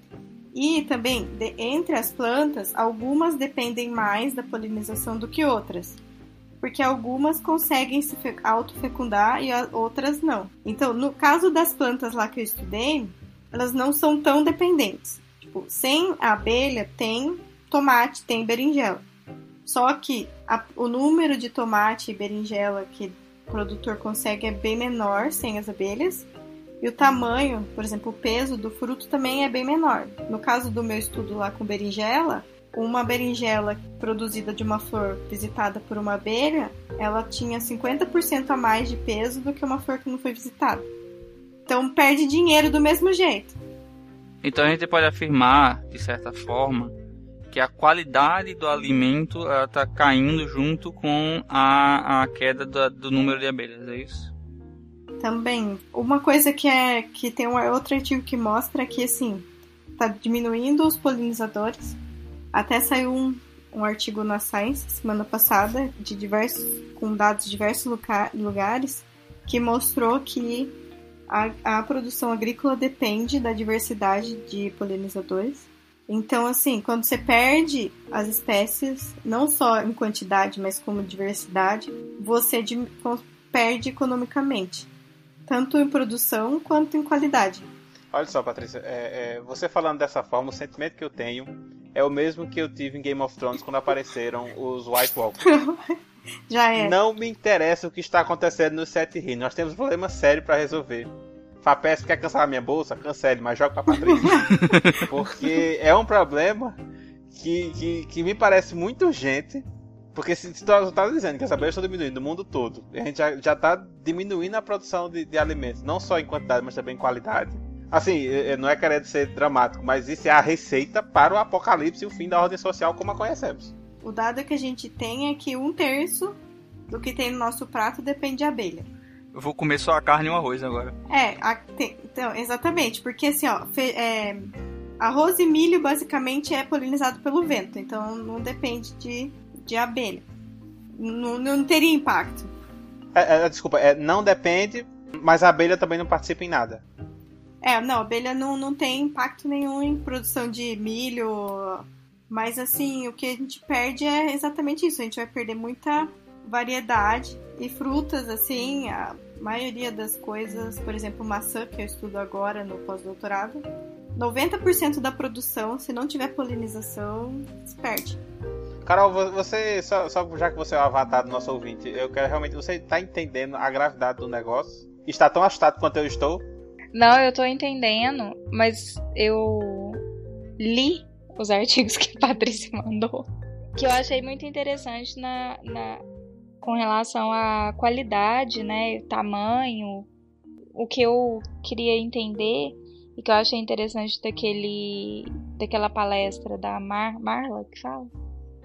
Speaker 11: E também, de, entre as plantas, algumas dependem mais da polinização do que outras. Porque algumas conseguem se fe- autofecundar e a, outras não. Então, no caso das plantas lá que eu estudei, elas não são tão dependentes. Tipo, sem a abelha tem tomate, tem berinjela. Só que a, o número de tomate e berinjela que o produtor consegue é bem menor sem as abelhas. E o tamanho, por exemplo, o peso do fruto também é bem menor. No caso do meu estudo lá com berinjela, uma berinjela produzida de uma flor visitada por uma abelha, ela tinha cinquenta por cento a mais de peso do que uma flor que não foi visitada. Então perde dinheiro do mesmo jeito.
Speaker 14: Então a gente pode afirmar, de certa forma, que a qualidade do alimento está caindo junto com a, a queda do, do número de abelhas, é isso?
Speaker 11: Também. Uma coisa que, é, que tem um outro artigo que mostra que, assim, está diminuindo os polinizadores. Até saiu um, um artigo na Science, semana passada, de diversos, com dados de diversos lugar, lugares, que mostrou que a, a produção agrícola depende da diversidade de polinizadores. Então, assim, quando você perde as espécies, não só em quantidade, mas como diversidade, você de, perde economicamente, tanto em produção quanto em qualidade.
Speaker 12: Olha só, Patrícia, é, é, você falando dessa forma, o sentimento que eu tenho é o mesmo que eu tive em Game of Thrones quando apareceram os White Walkers.
Speaker 11: Já é.
Speaker 12: Não me interessa o que está acontecendo no Sete Reinos, nós temos um problema sério para resolver. Fapesp quer cancelar minha bolsa? Cancele, mas joga pra Patrícia. Porque é um problema que, que, que me parece muito urgente. Porque se tu tá dizendo que as abelhas estão diminuindo no mundo todo, a gente já, já tá diminuindo a produção de, de alimentos, não só em quantidade, mas também em qualidade. Assim, não é querendo ser dramático, mas isso é a receita para o apocalipse e o fim da ordem social como a conhecemos.
Speaker 11: O dado que a gente tem é que um terço do que tem no nosso prato depende de abelha.
Speaker 14: Eu vou comer só a carne e o arroz agora.
Speaker 11: É, a, tem, então, exatamente, porque assim, ó, fe, é, arroz e milho basicamente é polinizado pelo vento, então não depende de, de abelha. Não, não teria impacto.
Speaker 12: É, é, desculpa, é, não depende, mas a abelha também não participa em nada.
Speaker 11: É, não, a abelha não, não tem impacto nenhum em produção de milho, mas assim, o que a gente perde é exatamente isso, a gente vai perder muita variedade e frutas, assim, a maioria das coisas, por exemplo, maçã, que eu estudo agora no pós-doutorado, noventa por cento da produção, se não tiver polinização, se perde.
Speaker 12: Carol, você, só, só já que você é o avatar do nosso ouvinte, eu quero realmente, você está entendendo a gravidade do negócio? Está tão assustado quanto eu estou?
Speaker 15: Não, eu tô entendendo, mas eu li os artigos que a Patrícia mandou, que eu achei muito interessante na... na... com relação à qualidade, né, tamanho, o que eu queria entender e que eu achei interessante daquele, daquela palestra da Mar, Marla, que fala?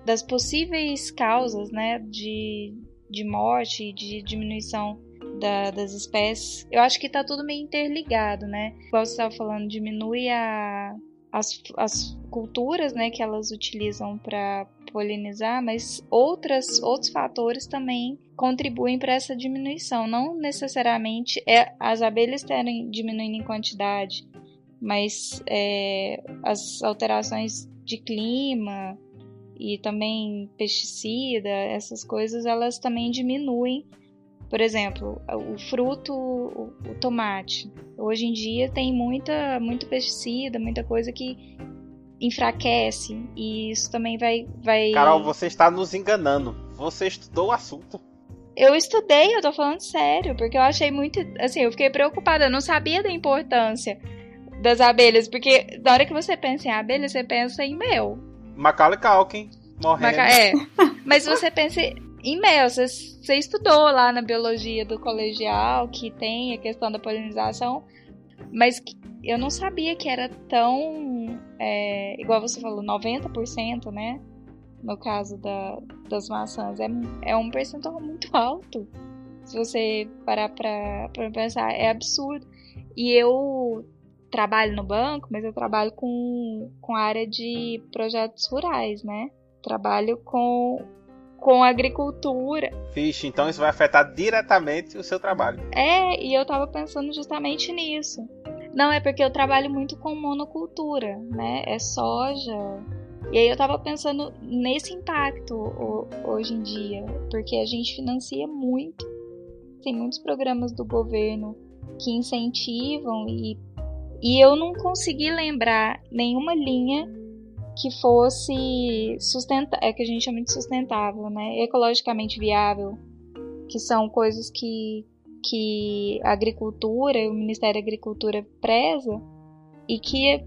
Speaker 15: das possíveis causas, né, de, de morte, de diminuição da, das espécies, eu acho que tá tudo meio interligado, né? Igual você estava falando, diminui a, as, as culturas, né, que elas utilizam para polinizar, mas outras, outros fatores também contribuem para essa diminuição. Não necessariamente é as abelhas terem diminuindo em quantidade, mas é, as alterações de clima e também pesticida, essas coisas, elas também diminuem. Por exemplo, o fruto, o, o tomate. Hoje em dia tem muita, muito pesticida, muita coisa que enfraquece, e isso também vai, vai...
Speaker 12: Carol, você está nos enganando. Você estudou o assunto.
Speaker 15: Eu estudei, eu tô falando sério, porque eu achei muito... Assim, eu fiquei preocupada, eu não sabia da importância das abelhas, porque na hora que você pensa em abelha, você pensa em mel.
Speaker 12: Macaulay Culkin, morrendo.
Speaker 15: Maca... É, mas você pensa em mel, você, você estudou lá na biologia do colegial, que tem a questão da polinização, mas eu não sabia que era tão... É, igual você falou, noventa por cento, né? No caso da, das maçãs. É, é um percentual muito alto. Se você parar pra, pra pensar, é absurdo. E eu trabalho no banco, mas eu trabalho com, com a área de projetos rurais, né? Trabalho com, com agricultura.
Speaker 12: Vixe, então isso vai afetar diretamente o seu trabalho.
Speaker 15: É, e eu tava pensando justamente nisso. Não, é porque eu trabalho muito com monocultura, né? É soja. E aí eu tava pensando nesse impacto hoje em dia, porque a gente financia muito. Tem muitos programas do governo que incentivam e, e eu não consegui lembrar nenhuma linha que fosse sustentável, é que a gente chama de sustentável, né? Ecologicamente viável, que são coisas que que a agricultura, o Ministério da Agricultura preza, e que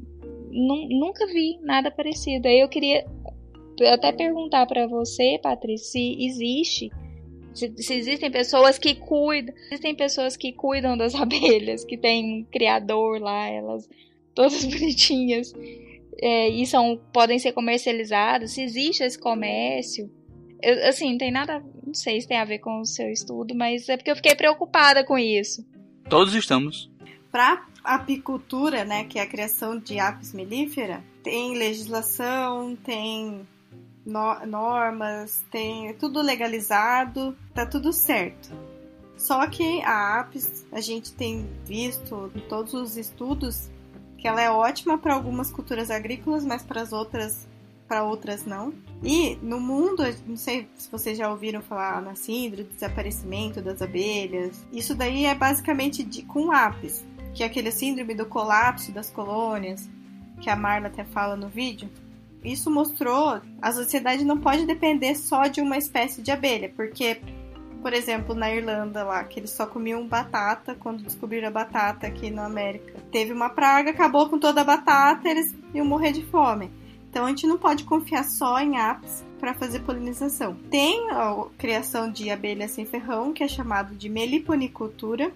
Speaker 15: nunca vi nada parecido. Aí eu queria até perguntar para você, Patrícia, se existe, se, se existem pessoas que cuidam, existem pessoas que cuidam das abelhas, que tem um criador lá, elas todas bonitinhas, é, e são, podem ser comercializadas, se existe esse comércio. Eu, assim, não tem nada, não sei se tem a ver com o seu estudo, mas é porque eu fiquei preocupada com isso.
Speaker 14: Todos estamos.
Speaker 11: Para apicultura, né, que é a criação de apis mellifera, tem legislação, tem no- normas, tem tudo legalizado, tá tudo certo. Só que a apis, a gente tem visto em todos os estudos que ela é ótima para algumas culturas agrícolas, mas para as outras para outras não. E no mundo, não sei se vocês já ouviram falar na síndrome do desaparecimento das abelhas. Isso daí é basicamente de, com apis, que é aquele síndrome do colapso das colônias, que a Marla até fala no vídeo. Isso mostrou, a sociedade não pode depender só de uma espécie de abelha, porque, por exemplo, na Irlanda lá, que eles só comiam batata quando descobriram a batata aqui na América. Teve uma praga, acabou com toda a batata, eles iam morrer de fome. Então a gente não pode confiar só em apis para fazer polinização. Tem a criação de abelha sem ferrão, que é chamado de meliponicultura.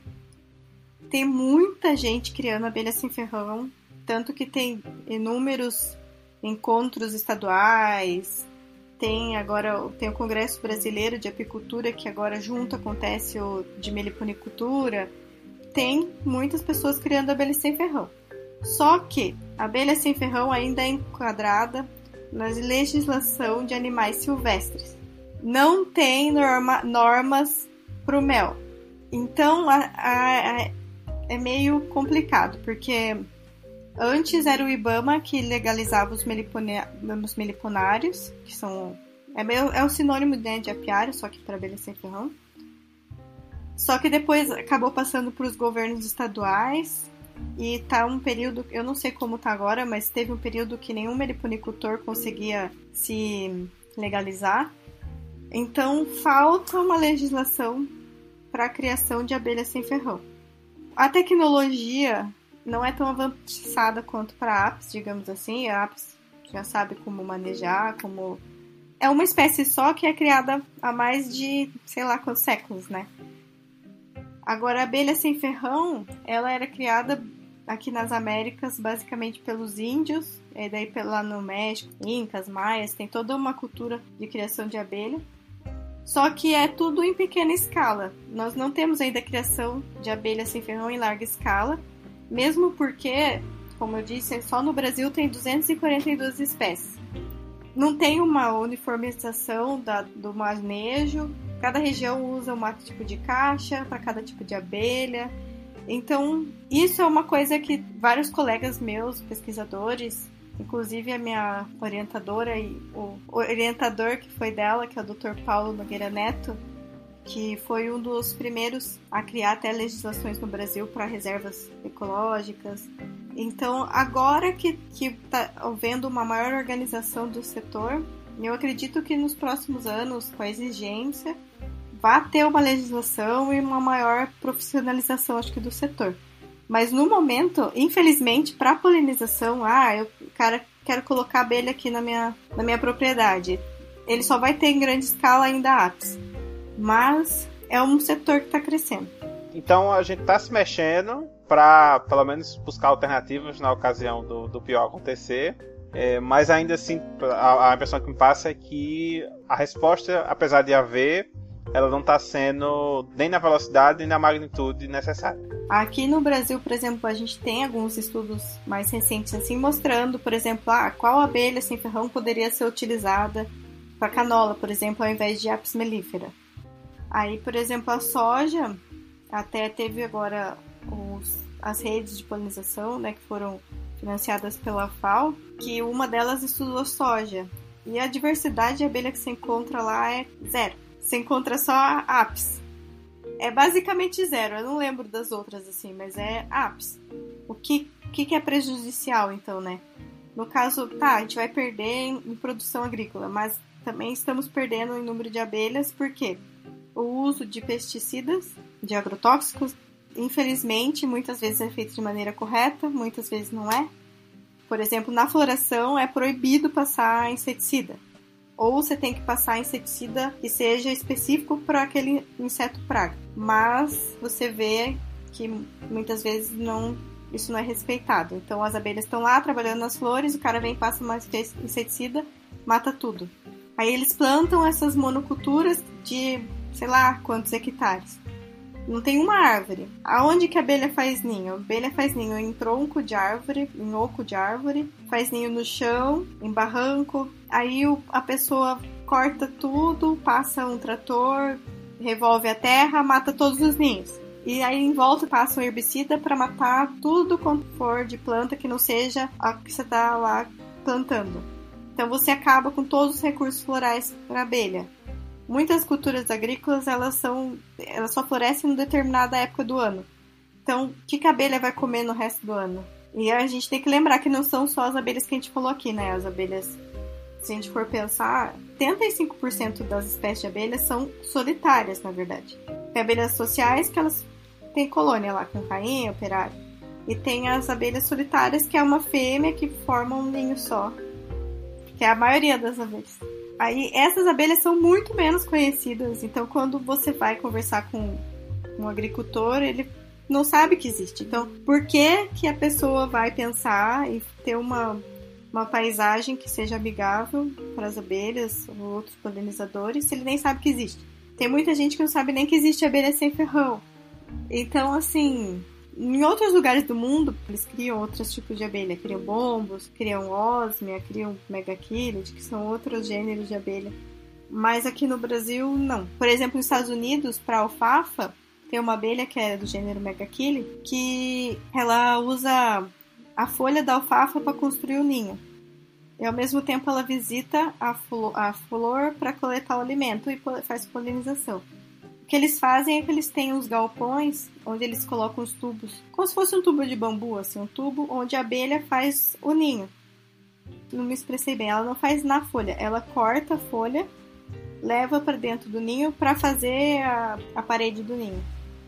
Speaker 11: Tem muita gente criando abelha sem ferrão, tanto que tem inúmeros encontros estaduais. Tem agora tem o Congresso Brasileiro de Apicultura, que agora junto acontece o de meliponicultura. Tem muitas pessoas criando abelha sem ferrão. Só que a abelha sem ferrão ainda é enquadrada na legislação de animais silvestres. Não tem norma, normas para o mel. Então a, a, a, é meio complicado, porque antes era o IBAMA que legalizava os, melipone, os meliponários, que são é, meio, é o sinônimo, né, de apiário, só que para abelha sem ferrão. Só que depois acabou passando para os governos estaduais. E tá um período, eu não sei como tá agora, mas teve um período que nenhum meliponicultor conseguia se legalizar. Então falta uma legislação para a criação de abelhas sem ferrão. A tecnologia não é tão avançada quanto para a apis, digamos assim. A apis já sabe como manejar, como... É uma espécie só que é criada há mais de, sei lá quantos séculos, né? Agora, a abelha sem ferrão, ela era criada aqui nas Américas basicamente pelos índios. e daí lá no México, incas, maias, tem toda uma cultura de criação de abelha. Só que é tudo em pequena escala. Nós não temos ainda a criação de abelha sem ferrão em larga escala, mesmo porque, como eu disse, só no Brasil tem duzentas e quarenta e duas espécies. Não tem uma uniformização da, do manejo, cada região usa um tipo de caixa para cada tipo de abelha. Então, isso é uma coisa que vários colegas meus, pesquisadores, inclusive a minha orientadora e o orientador que foi dela, que é o doutor Paulo Nogueira Neto, que foi um dos primeiros a criar até legislações no Brasil para reservas ecológicas. Então, agora que está havendo uma maior organização do setor, eu acredito que nos próximos anos, com a exigência, vai ter uma legislação e uma maior profissionalização, acho que, do setor. Mas no momento, infelizmente, para polinização, ah, eu cara, quero colocar abelha aqui na minha, na minha propriedade. Ele só vai ter em grande escala ainda apis. Mas é um setor que está crescendo.
Speaker 12: Então a gente está se mexendo para, pelo menos, buscar alternativas na ocasião do, do pior acontecer. É, mas ainda assim, a, a impressão que me passa é que a resposta, apesar de haver, ela não está sendo nem na velocidade nem na magnitude necessária.
Speaker 11: Aqui no Brasil, por exemplo, a gente tem alguns estudos mais recentes assim mostrando, por exemplo, ah, qual abelha sem ferrão poderia ser utilizada para canola, por exemplo, ao invés de apis mellifera. Aí, por exemplo, a soja, até teve agora os, as redes de polinização, né, que foram financiadas pela F A O, que uma delas estudou soja. E a diversidade de abelha que se encontra lá é zero. Você encontra só apis. É basicamente zero. Eu não lembro das outras, assim, mas é apis. O que, que, que é prejudicial, então, né? No caso, tá, a gente vai perder em, em produção agrícola, mas também estamos perdendo em número de abelhas, porque o uso de pesticidas, de agrotóxicos, infelizmente, muitas vezes é feito de maneira correta, muitas vezes não é. Por exemplo, na floração é proibido passar inseticida. Ou você tem que passar inseticida que seja específico para aquele inseto praga. Mas você vê que muitas vezes não, isso não é respeitado. Então as abelhas estão lá trabalhando nas flores, o cara vem e passa mais inseticida, mata tudo. Aí eles plantam essas monoculturas de, sei lá, quantos hectares. Não tem uma árvore. Aonde que a abelha faz ninho? A abelha faz ninho em tronco de árvore, em oco de árvore, faz ninho no chão, em barranco. Aí a pessoa corta tudo, passa um trator, revolve a terra, mata todos os ninhos. E aí em volta passa um herbicida para matar tudo quanto for de planta que não seja a que você está lá plantando. Então você acaba com todos os recursos florais para a abelha. Muitas culturas agrícolas, elas são, elas só florescem em determinada época do ano. Então, o que, que a abelha vai comer no resto do ano? E a gente tem que lembrar que não são só as abelhas que a gente falou aqui, né? As abelhas, se a gente for pensar, setenta e cinco por cento das espécies de abelhas são solitárias, na verdade. Tem abelhas sociais que elas têm colônia lá, com rainha, operário. E tem as abelhas solitárias, que é uma fêmea que forma um ninho só. Que é a maioria das abelhas. Aí, essas abelhas são muito menos conhecidas. Então, quando você vai conversar com um agricultor, ele não sabe que existe. Então, por que que a pessoa vai pensar em ter uma, uma paisagem que seja amigável para as abelhas ou outros polinizadores se ele nem sabe que existe? Tem muita gente que não sabe nem que existe abelha sem ferrão. Então, assim, em outros lugares do mundo, eles criam outros tipos de abelha. Criam bombos, criam ósmia, criam megachilid, que são outros gêneros de abelha. Mas aqui no Brasil, não. Por exemplo, nos Estados Unidos, para alfafa, tem uma abelha que é do gênero megachilid, que ela usa a folha da alfafa para construir o ninho. E ao mesmo tempo ela visita a flor, a flor para coletar o alimento e faz polinização. O que eles fazem é que eles têm uns galpões onde eles colocam os tubos, como se fosse um tubo de bambu, assim, um tubo onde a abelha faz o ninho. Não me expressei bem, ela não faz na folha, ela corta a folha, leva para dentro do ninho para fazer a, a parede do ninho.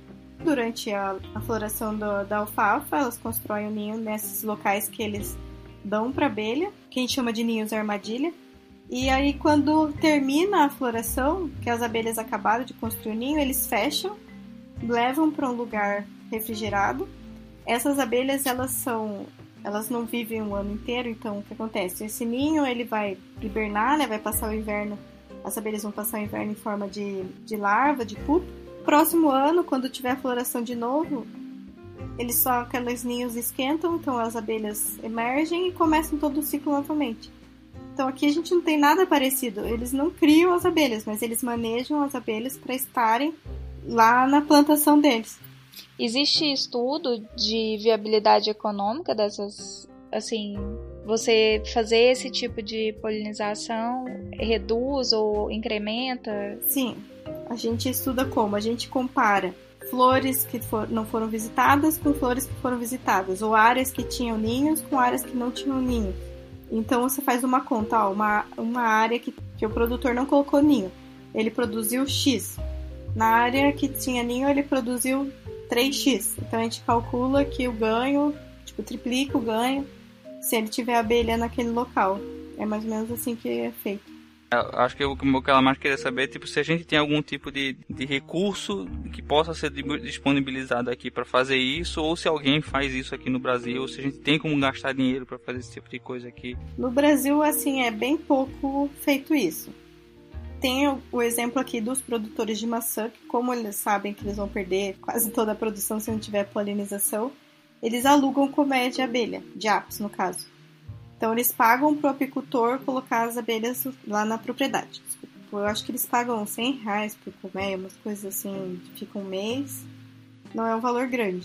Speaker 11: Durante a, a floração do, da alfafa, elas constroem o ninho nesses locais que eles dão para a abelha, que a gente chama de ninhos armadilha. E aí, quando termina a floração, que as abelhas acabaram de construir o ninho, eles fecham, levam para um lugar refrigerado. Essas abelhas, elas são elas não vivem um ano inteiro, então o que acontece? Esse ninho, ele vai hibernar, né? Vai passar o inverno, as abelhas vão passar o inverno em forma de, de larva, de pupa. Próximo ano, quando tiver floração de novo, eles só, aqueles ninhos esquentam, então as abelhas emergem e começam todo o ciclo novamente. Então aqui a gente não tem nada parecido. Eles não criam as abelhas, mas eles manejam as abelhas para estarem lá na plantação deles.
Speaker 15: Existe estudo de viabilidade econômica dessas, assim, você fazer esse tipo de polinização reduz ou incrementa?
Speaker 11: Sim, a gente estuda como? A gente compara flores que for, não foram visitadas com flores que foram visitadas, ou áreas que tinham ninhos com áreas que não tinham ninhos. Então você faz uma conta, ó, uma, uma área que, que o produtor não colocou ninho, ele produziu X. Na área que tinha ninho, ele produziu três x. Então a gente calcula que o ganho, tipo, triplica o ganho se ele tiver abelha naquele local. É mais ou menos assim que é feito.
Speaker 14: Eu acho que o que ela mais queria saber é tipo, se a gente tem algum tipo de, de recurso que possa ser disponibilizado aqui para fazer isso, ou se alguém faz isso aqui no Brasil, ou se a gente tem como gastar dinheiro para fazer esse tipo de coisa aqui.
Speaker 11: No Brasil, assim, é bem pouco feito isso. Tem o, o exemplo aqui dos produtores de maçã, que como eles sabem que eles vão perder quase toda a produção se não tiver polinização, eles alugam colmeia de abelha, de apis no caso. Então eles pagam pro apicultor colocar as abelhas lá na propriedade. Eu acho que eles pagam cem reais por colmeia, umas coisas assim, fica um mês. Não é um valor grande.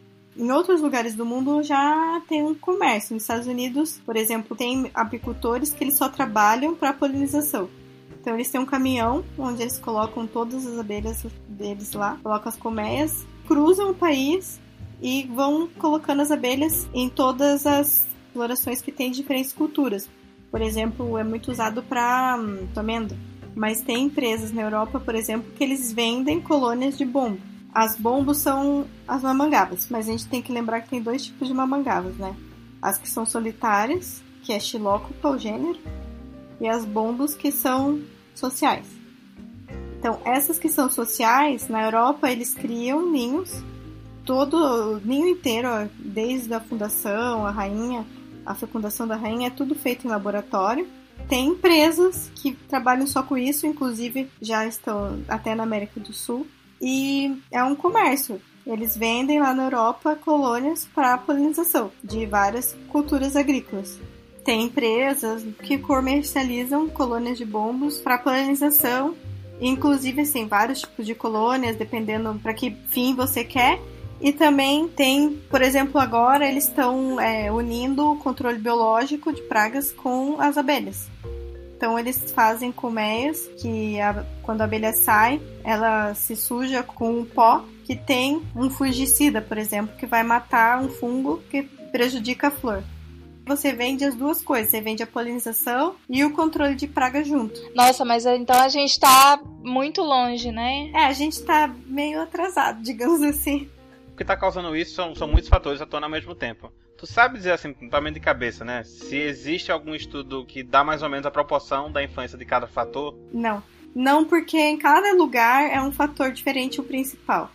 Speaker 11: Em outros lugares do mundo já tem um comércio. Nos Estados Unidos, por exemplo, tem apicultores que eles só trabalham para polinização. Então eles têm um caminhão onde eles colocam todas as abelhas deles lá, colocam as colmeias, cruzam o país e vão colocando as abelhas em todas as florações que tem diferentes culturas. Por exemplo, é muito usado para hum, amêndoa, mas tem empresas na Europa, por exemplo, que eles vendem colônias de bombo. As bombos são as mamangavas, mas a gente tem que lembrar que tem dois tipos de mamangavas, né? As que são solitárias, que é Xilocopa, o gênero, e as bombos que são sociais. Então, essas que são sociais, na Europa eles criam ninhos, todo o ninho inteiro, desde a fundação, a rainha, a fecundação da rainha, é tudo feito em laboratório. Tem empresas que trabalham só com isso, inclusive já estão até na América do Sul. E é um comércio. Eles vendem lá na Europa colônias para polinização de várias culturas agrícolas. Tem empresas que comercializam colônias de bombos para polinização. Inclusive, assim, vários tipos de colônias, dependendo para que fim você quer. E também tem, por exemplo, agora eles estão é, unindo o controle biológico de pragas com as abelhas. Então eles fazem colmeias que a, quando a abelha sai, ela se suja com um pó que tem um fungicida, por exemplo, que vai matar um fungo que prejudica a flor. Você vende as duas coisas, você vende a polinização e o controle de praga junto.
Speaker 15: Nossa, mas então a gente tá muito longe, né?
Speaker 11: É, a gente tá meio atrasado, digamos assim.
Speaker 12: O que está causando isso são, são muitos fatores atuando ao mesmo tempo. Tu sabe dizer assim, totalmente de cabeça, né? Se existe algum estudo que dá mais ou menos a proporção da influência de cada fator?
Speaker 11: Não. Não, porque em cada lugar é um fator diferente o principal.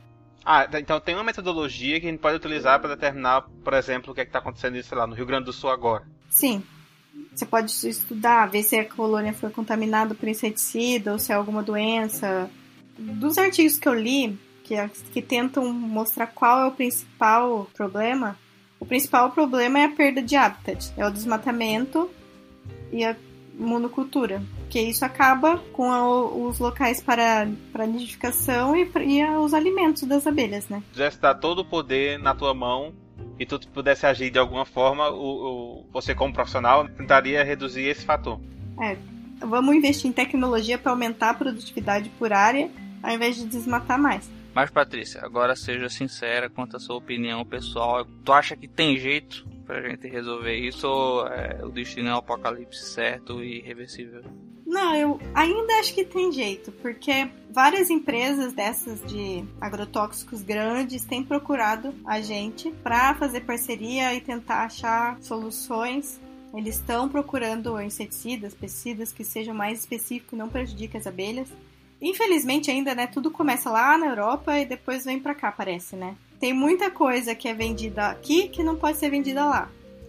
Speaker 12: Ah, então tem uma metodologia que a gente pode utilizar para determinar, por exemplo, o que é está acontecendo, sei lá, no Rio Grande do Sul agora.
Speaker 11: Sim. Você pode estudar, ver se a colônia foi contaminada por inseticida ou se é alguma doença. Dos artigos que eu li, que, que tentam mostrar qual é o principal problema, o principal problema é a perda de habitat, é o desmatamento e a monocultura, porque isso acaba com a, os locais para, para nidificação e, e a, os alimentos das abelhas, né?
Speaker 12: Se tivesse dar todo o poder na tua mão e tu pudesse agir de alguma forma, o, o, você como profissional tentaria reduzir esse fator.
Speaker 11: É, vamos investir em tecnologia para aumentar a produtividade por área, ao invés de desmatar mais.
Speaker 14: Mas, Patrícia, agora seja sincera quanto à sua opinião pessoal. Tu acha que tem jeito pra gente resolver isso ou é, o destino é um apocalipse certo e irreversível?
Speaker 11: Não, eu ainda acho que tem jeito, porque várias empresas dessas de agrotóxicos grandes têm procurado a gente para fazer parceria e tentar achar soluções. Eles estão procurando inseticidas, pesticidas que sejam mais específicos e não prejudiquem as abelhas. Infelizmente ainda, né, tudo começa lá na Europa e depois vem pra cá, parece, né? tem muita coisa que é vendida aqui que não pode ser vendida lá.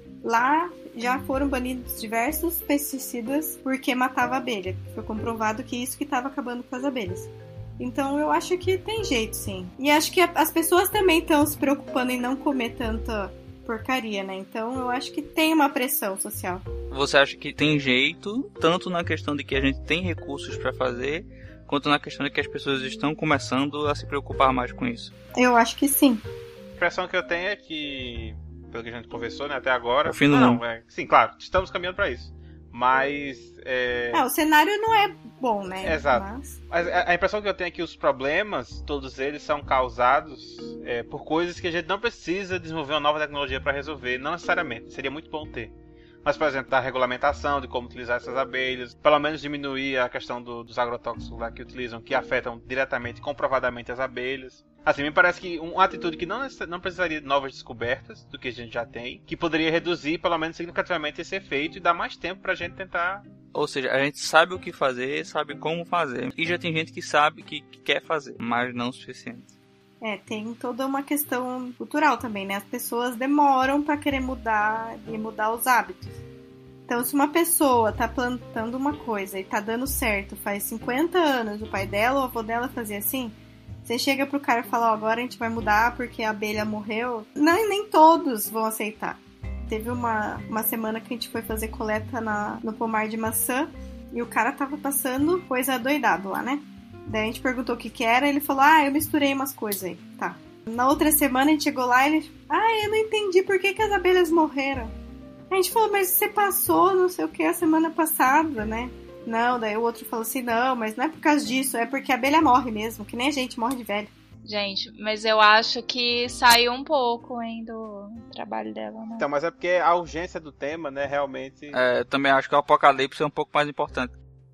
Speaker 11: Lá já foram banidos diversos pesticidas porque matava a abelha. Foi comprovado que isso que estava acabando com as abelhas. Então eu acho que tem jeito, sim. E acho que as pessoas também estão se preocupando em não comer tanta porcaria, né? Então eu acho que tem uma pressão social.
Speaker 14: Você acha que tem jeito, tanto na questão de que a gente tem recursos para fazer, quanto na questão de que as pessoas estão começando a se preocupar mais com isso?
Speaker 11: Eu acho que sim.
Speaker 12: A impressão que eu tenho é que, pelo que a gente conversou, né, até agora...
Speaker 14: O fim do mundo.
Speaker 12: É, sim, claro, estamos caminhando para isso. Mas... É...
Speaker 11: é, o cenário não é bom, né?
Speaker 12: Exato.
Speaker 11: Mas...
Speaker 12: Mas a impressão que eu tenho é que os problemas, todos eles, são causados é, por coisas que a gente não precisa desenvolver uma nova tecnologia para resolver. Não necessariamente. Seria muito bom ter. Mas, por exemplo, da regulamentação de como utilizar essas abelhas, pelo menos diminuir a questão do, dos agrotóxicos lá que utilizam, que afetam diretamente, comprovadamente as abelhas. Assim, me parece que uma atitude que não, não precisaria de novas descobertas do que a gente já tem, que poderia reduzir, pelo menos significativamente, esse efeito e dar mais tempo pra gente tentar...
Speaker 14: Ou seja, a gente sabe o que fazer, sabe como fazer. E já tem gente que sabe que, que quer fazer, mas não o suficiente.
Speaker 11: É, tem toda uma questão cultural também, né? As pessoas demoram pra querer mudar e mudar os hábitos. Então, se uma pessoa tá plantando uma coisa e tá dando certo faz cinquenta anos, o pai dela ou o avô dela fazia assim, você chega pro cara e fala, ó, oh, agora a gente vai mudar porque a abelha morreu. Não, nem todos vão aceitar. Teve uma, uma semana que a gente foi fazer coleta na, no pomar de maçã e o cara tava passando coisa doidado lá, né? Daí a gente perguntou o que que era, ele falou, ah, eu misturei umas coisas aí, tá. Na outra semana a gente chegou lá e ele, ah, eu não entendi por que que as abelhas morreram. A gente falou, mas você passou não sei o que a semana passada, né? Não, daí o outro falou assim, não, mas não é por causa disso, é porque a abelha morre mesmo, que nem a gente morre de velho.
Speaker 15: Gente, mas eu acho que saiu um pouco, hein, do trabalho dela, né?
Speaker 12: Então, mas é porque a urgência do tema, né, realmente...
Speaker 14: É, eu também acho que o apocalipse é um pouco mais importante.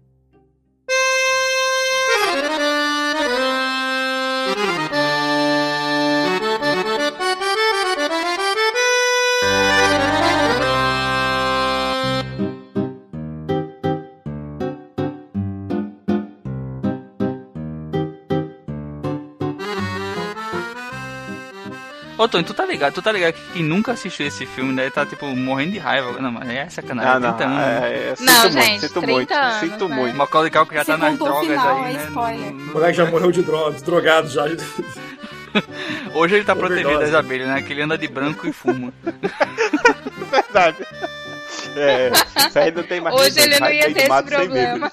Speaker 14: Ô, Tony, tu tá ligado? Tu tá ligado que quem nunca assistiu esse filme, né, tá, tipo, morrendo de raiva. Não, mas é sacanagem.
Speaker 12: Ah, não,
Speaker 14: trinta anos.
Speaker 12: É, é, sinto
Speaker 15: não,
Speaker 12: muito,
Speaker 15: gente,
Speaker 12: sinto
Speaker 15: trinta
Speaker 12: muito,
Speaker 15: anos,
Speaker 12: sinto
Speaker 15: né?
Speaker 12: muito.
Speaker 14: O Macaulay Culkin já
Speaker 11: Você
Speaker 14: tá nas
Speaker 11: contou o
Speaker 14: drogas
Speaker 11: final,
Speaker 14: aí,
Speaker 11: é
Speaker 14: né?
Speaker 11: spoiler.
Speaker 13: O moleque já morreu de drogas, drogado já.
Speaker 14: Hoje ele tá
Speaker 13: Overdose.
Speaker 14: protegido das abelhas, né? Que ele anda de branco e fuma.
Speaker 12: Verdade. É, isso aí não tem mais.
Speaker 15: Hoje ele não ia ter esse problema.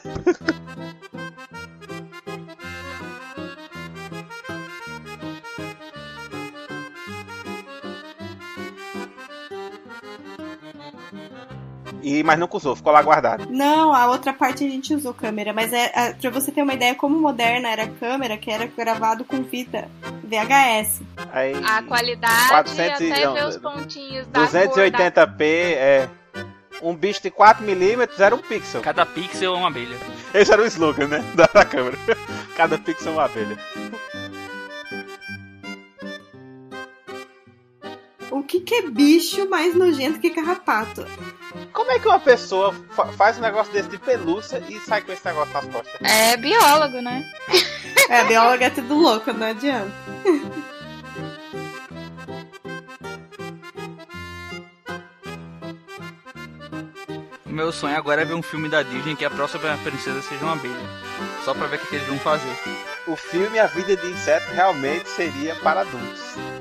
Speaker 12: E, mas não usou, ficou lá guardado.
Speaker 11: Não, a outra parte a gente usou câmera, mas é, é, pra você ter uma ideia como moderna era a câmera, que era gravado com fita V H S.
Speaker 12: Aí,
Speaker 15: A qualidade,
Speaker 12: quatrocentos,
Speaker 15: até
Speaker 12: não,
Speaker 15: ver os pontinhos da
Speaker 12: duzentos e oitenta p é um bicho de quatro milímetros era um pixel.
Speaker 14: Cada pixel é uma abelha.
Speaker 12: Esse era o slogan, né, da, da câmera. Cada pixel é uma abelha.
Speaker 11: O que que é bicho mais nojento que carrapato?
Speaker 12: Como é que uma pessoa fa faz um negócio desse de pelúcia e sai com esse negócio nas costas?
Speaker 15: É biólogo, né?
Speaker 11: É, biólogo é tudo louco, não adianta.
Speaker 14: Meu sonho agora é ver um filme da Disney que a próxima princesa seja uma abelha. Só pra ver o que eles vão fazer.
Speaker 12: O filme A Vida de Inseto realmente seria para adultos.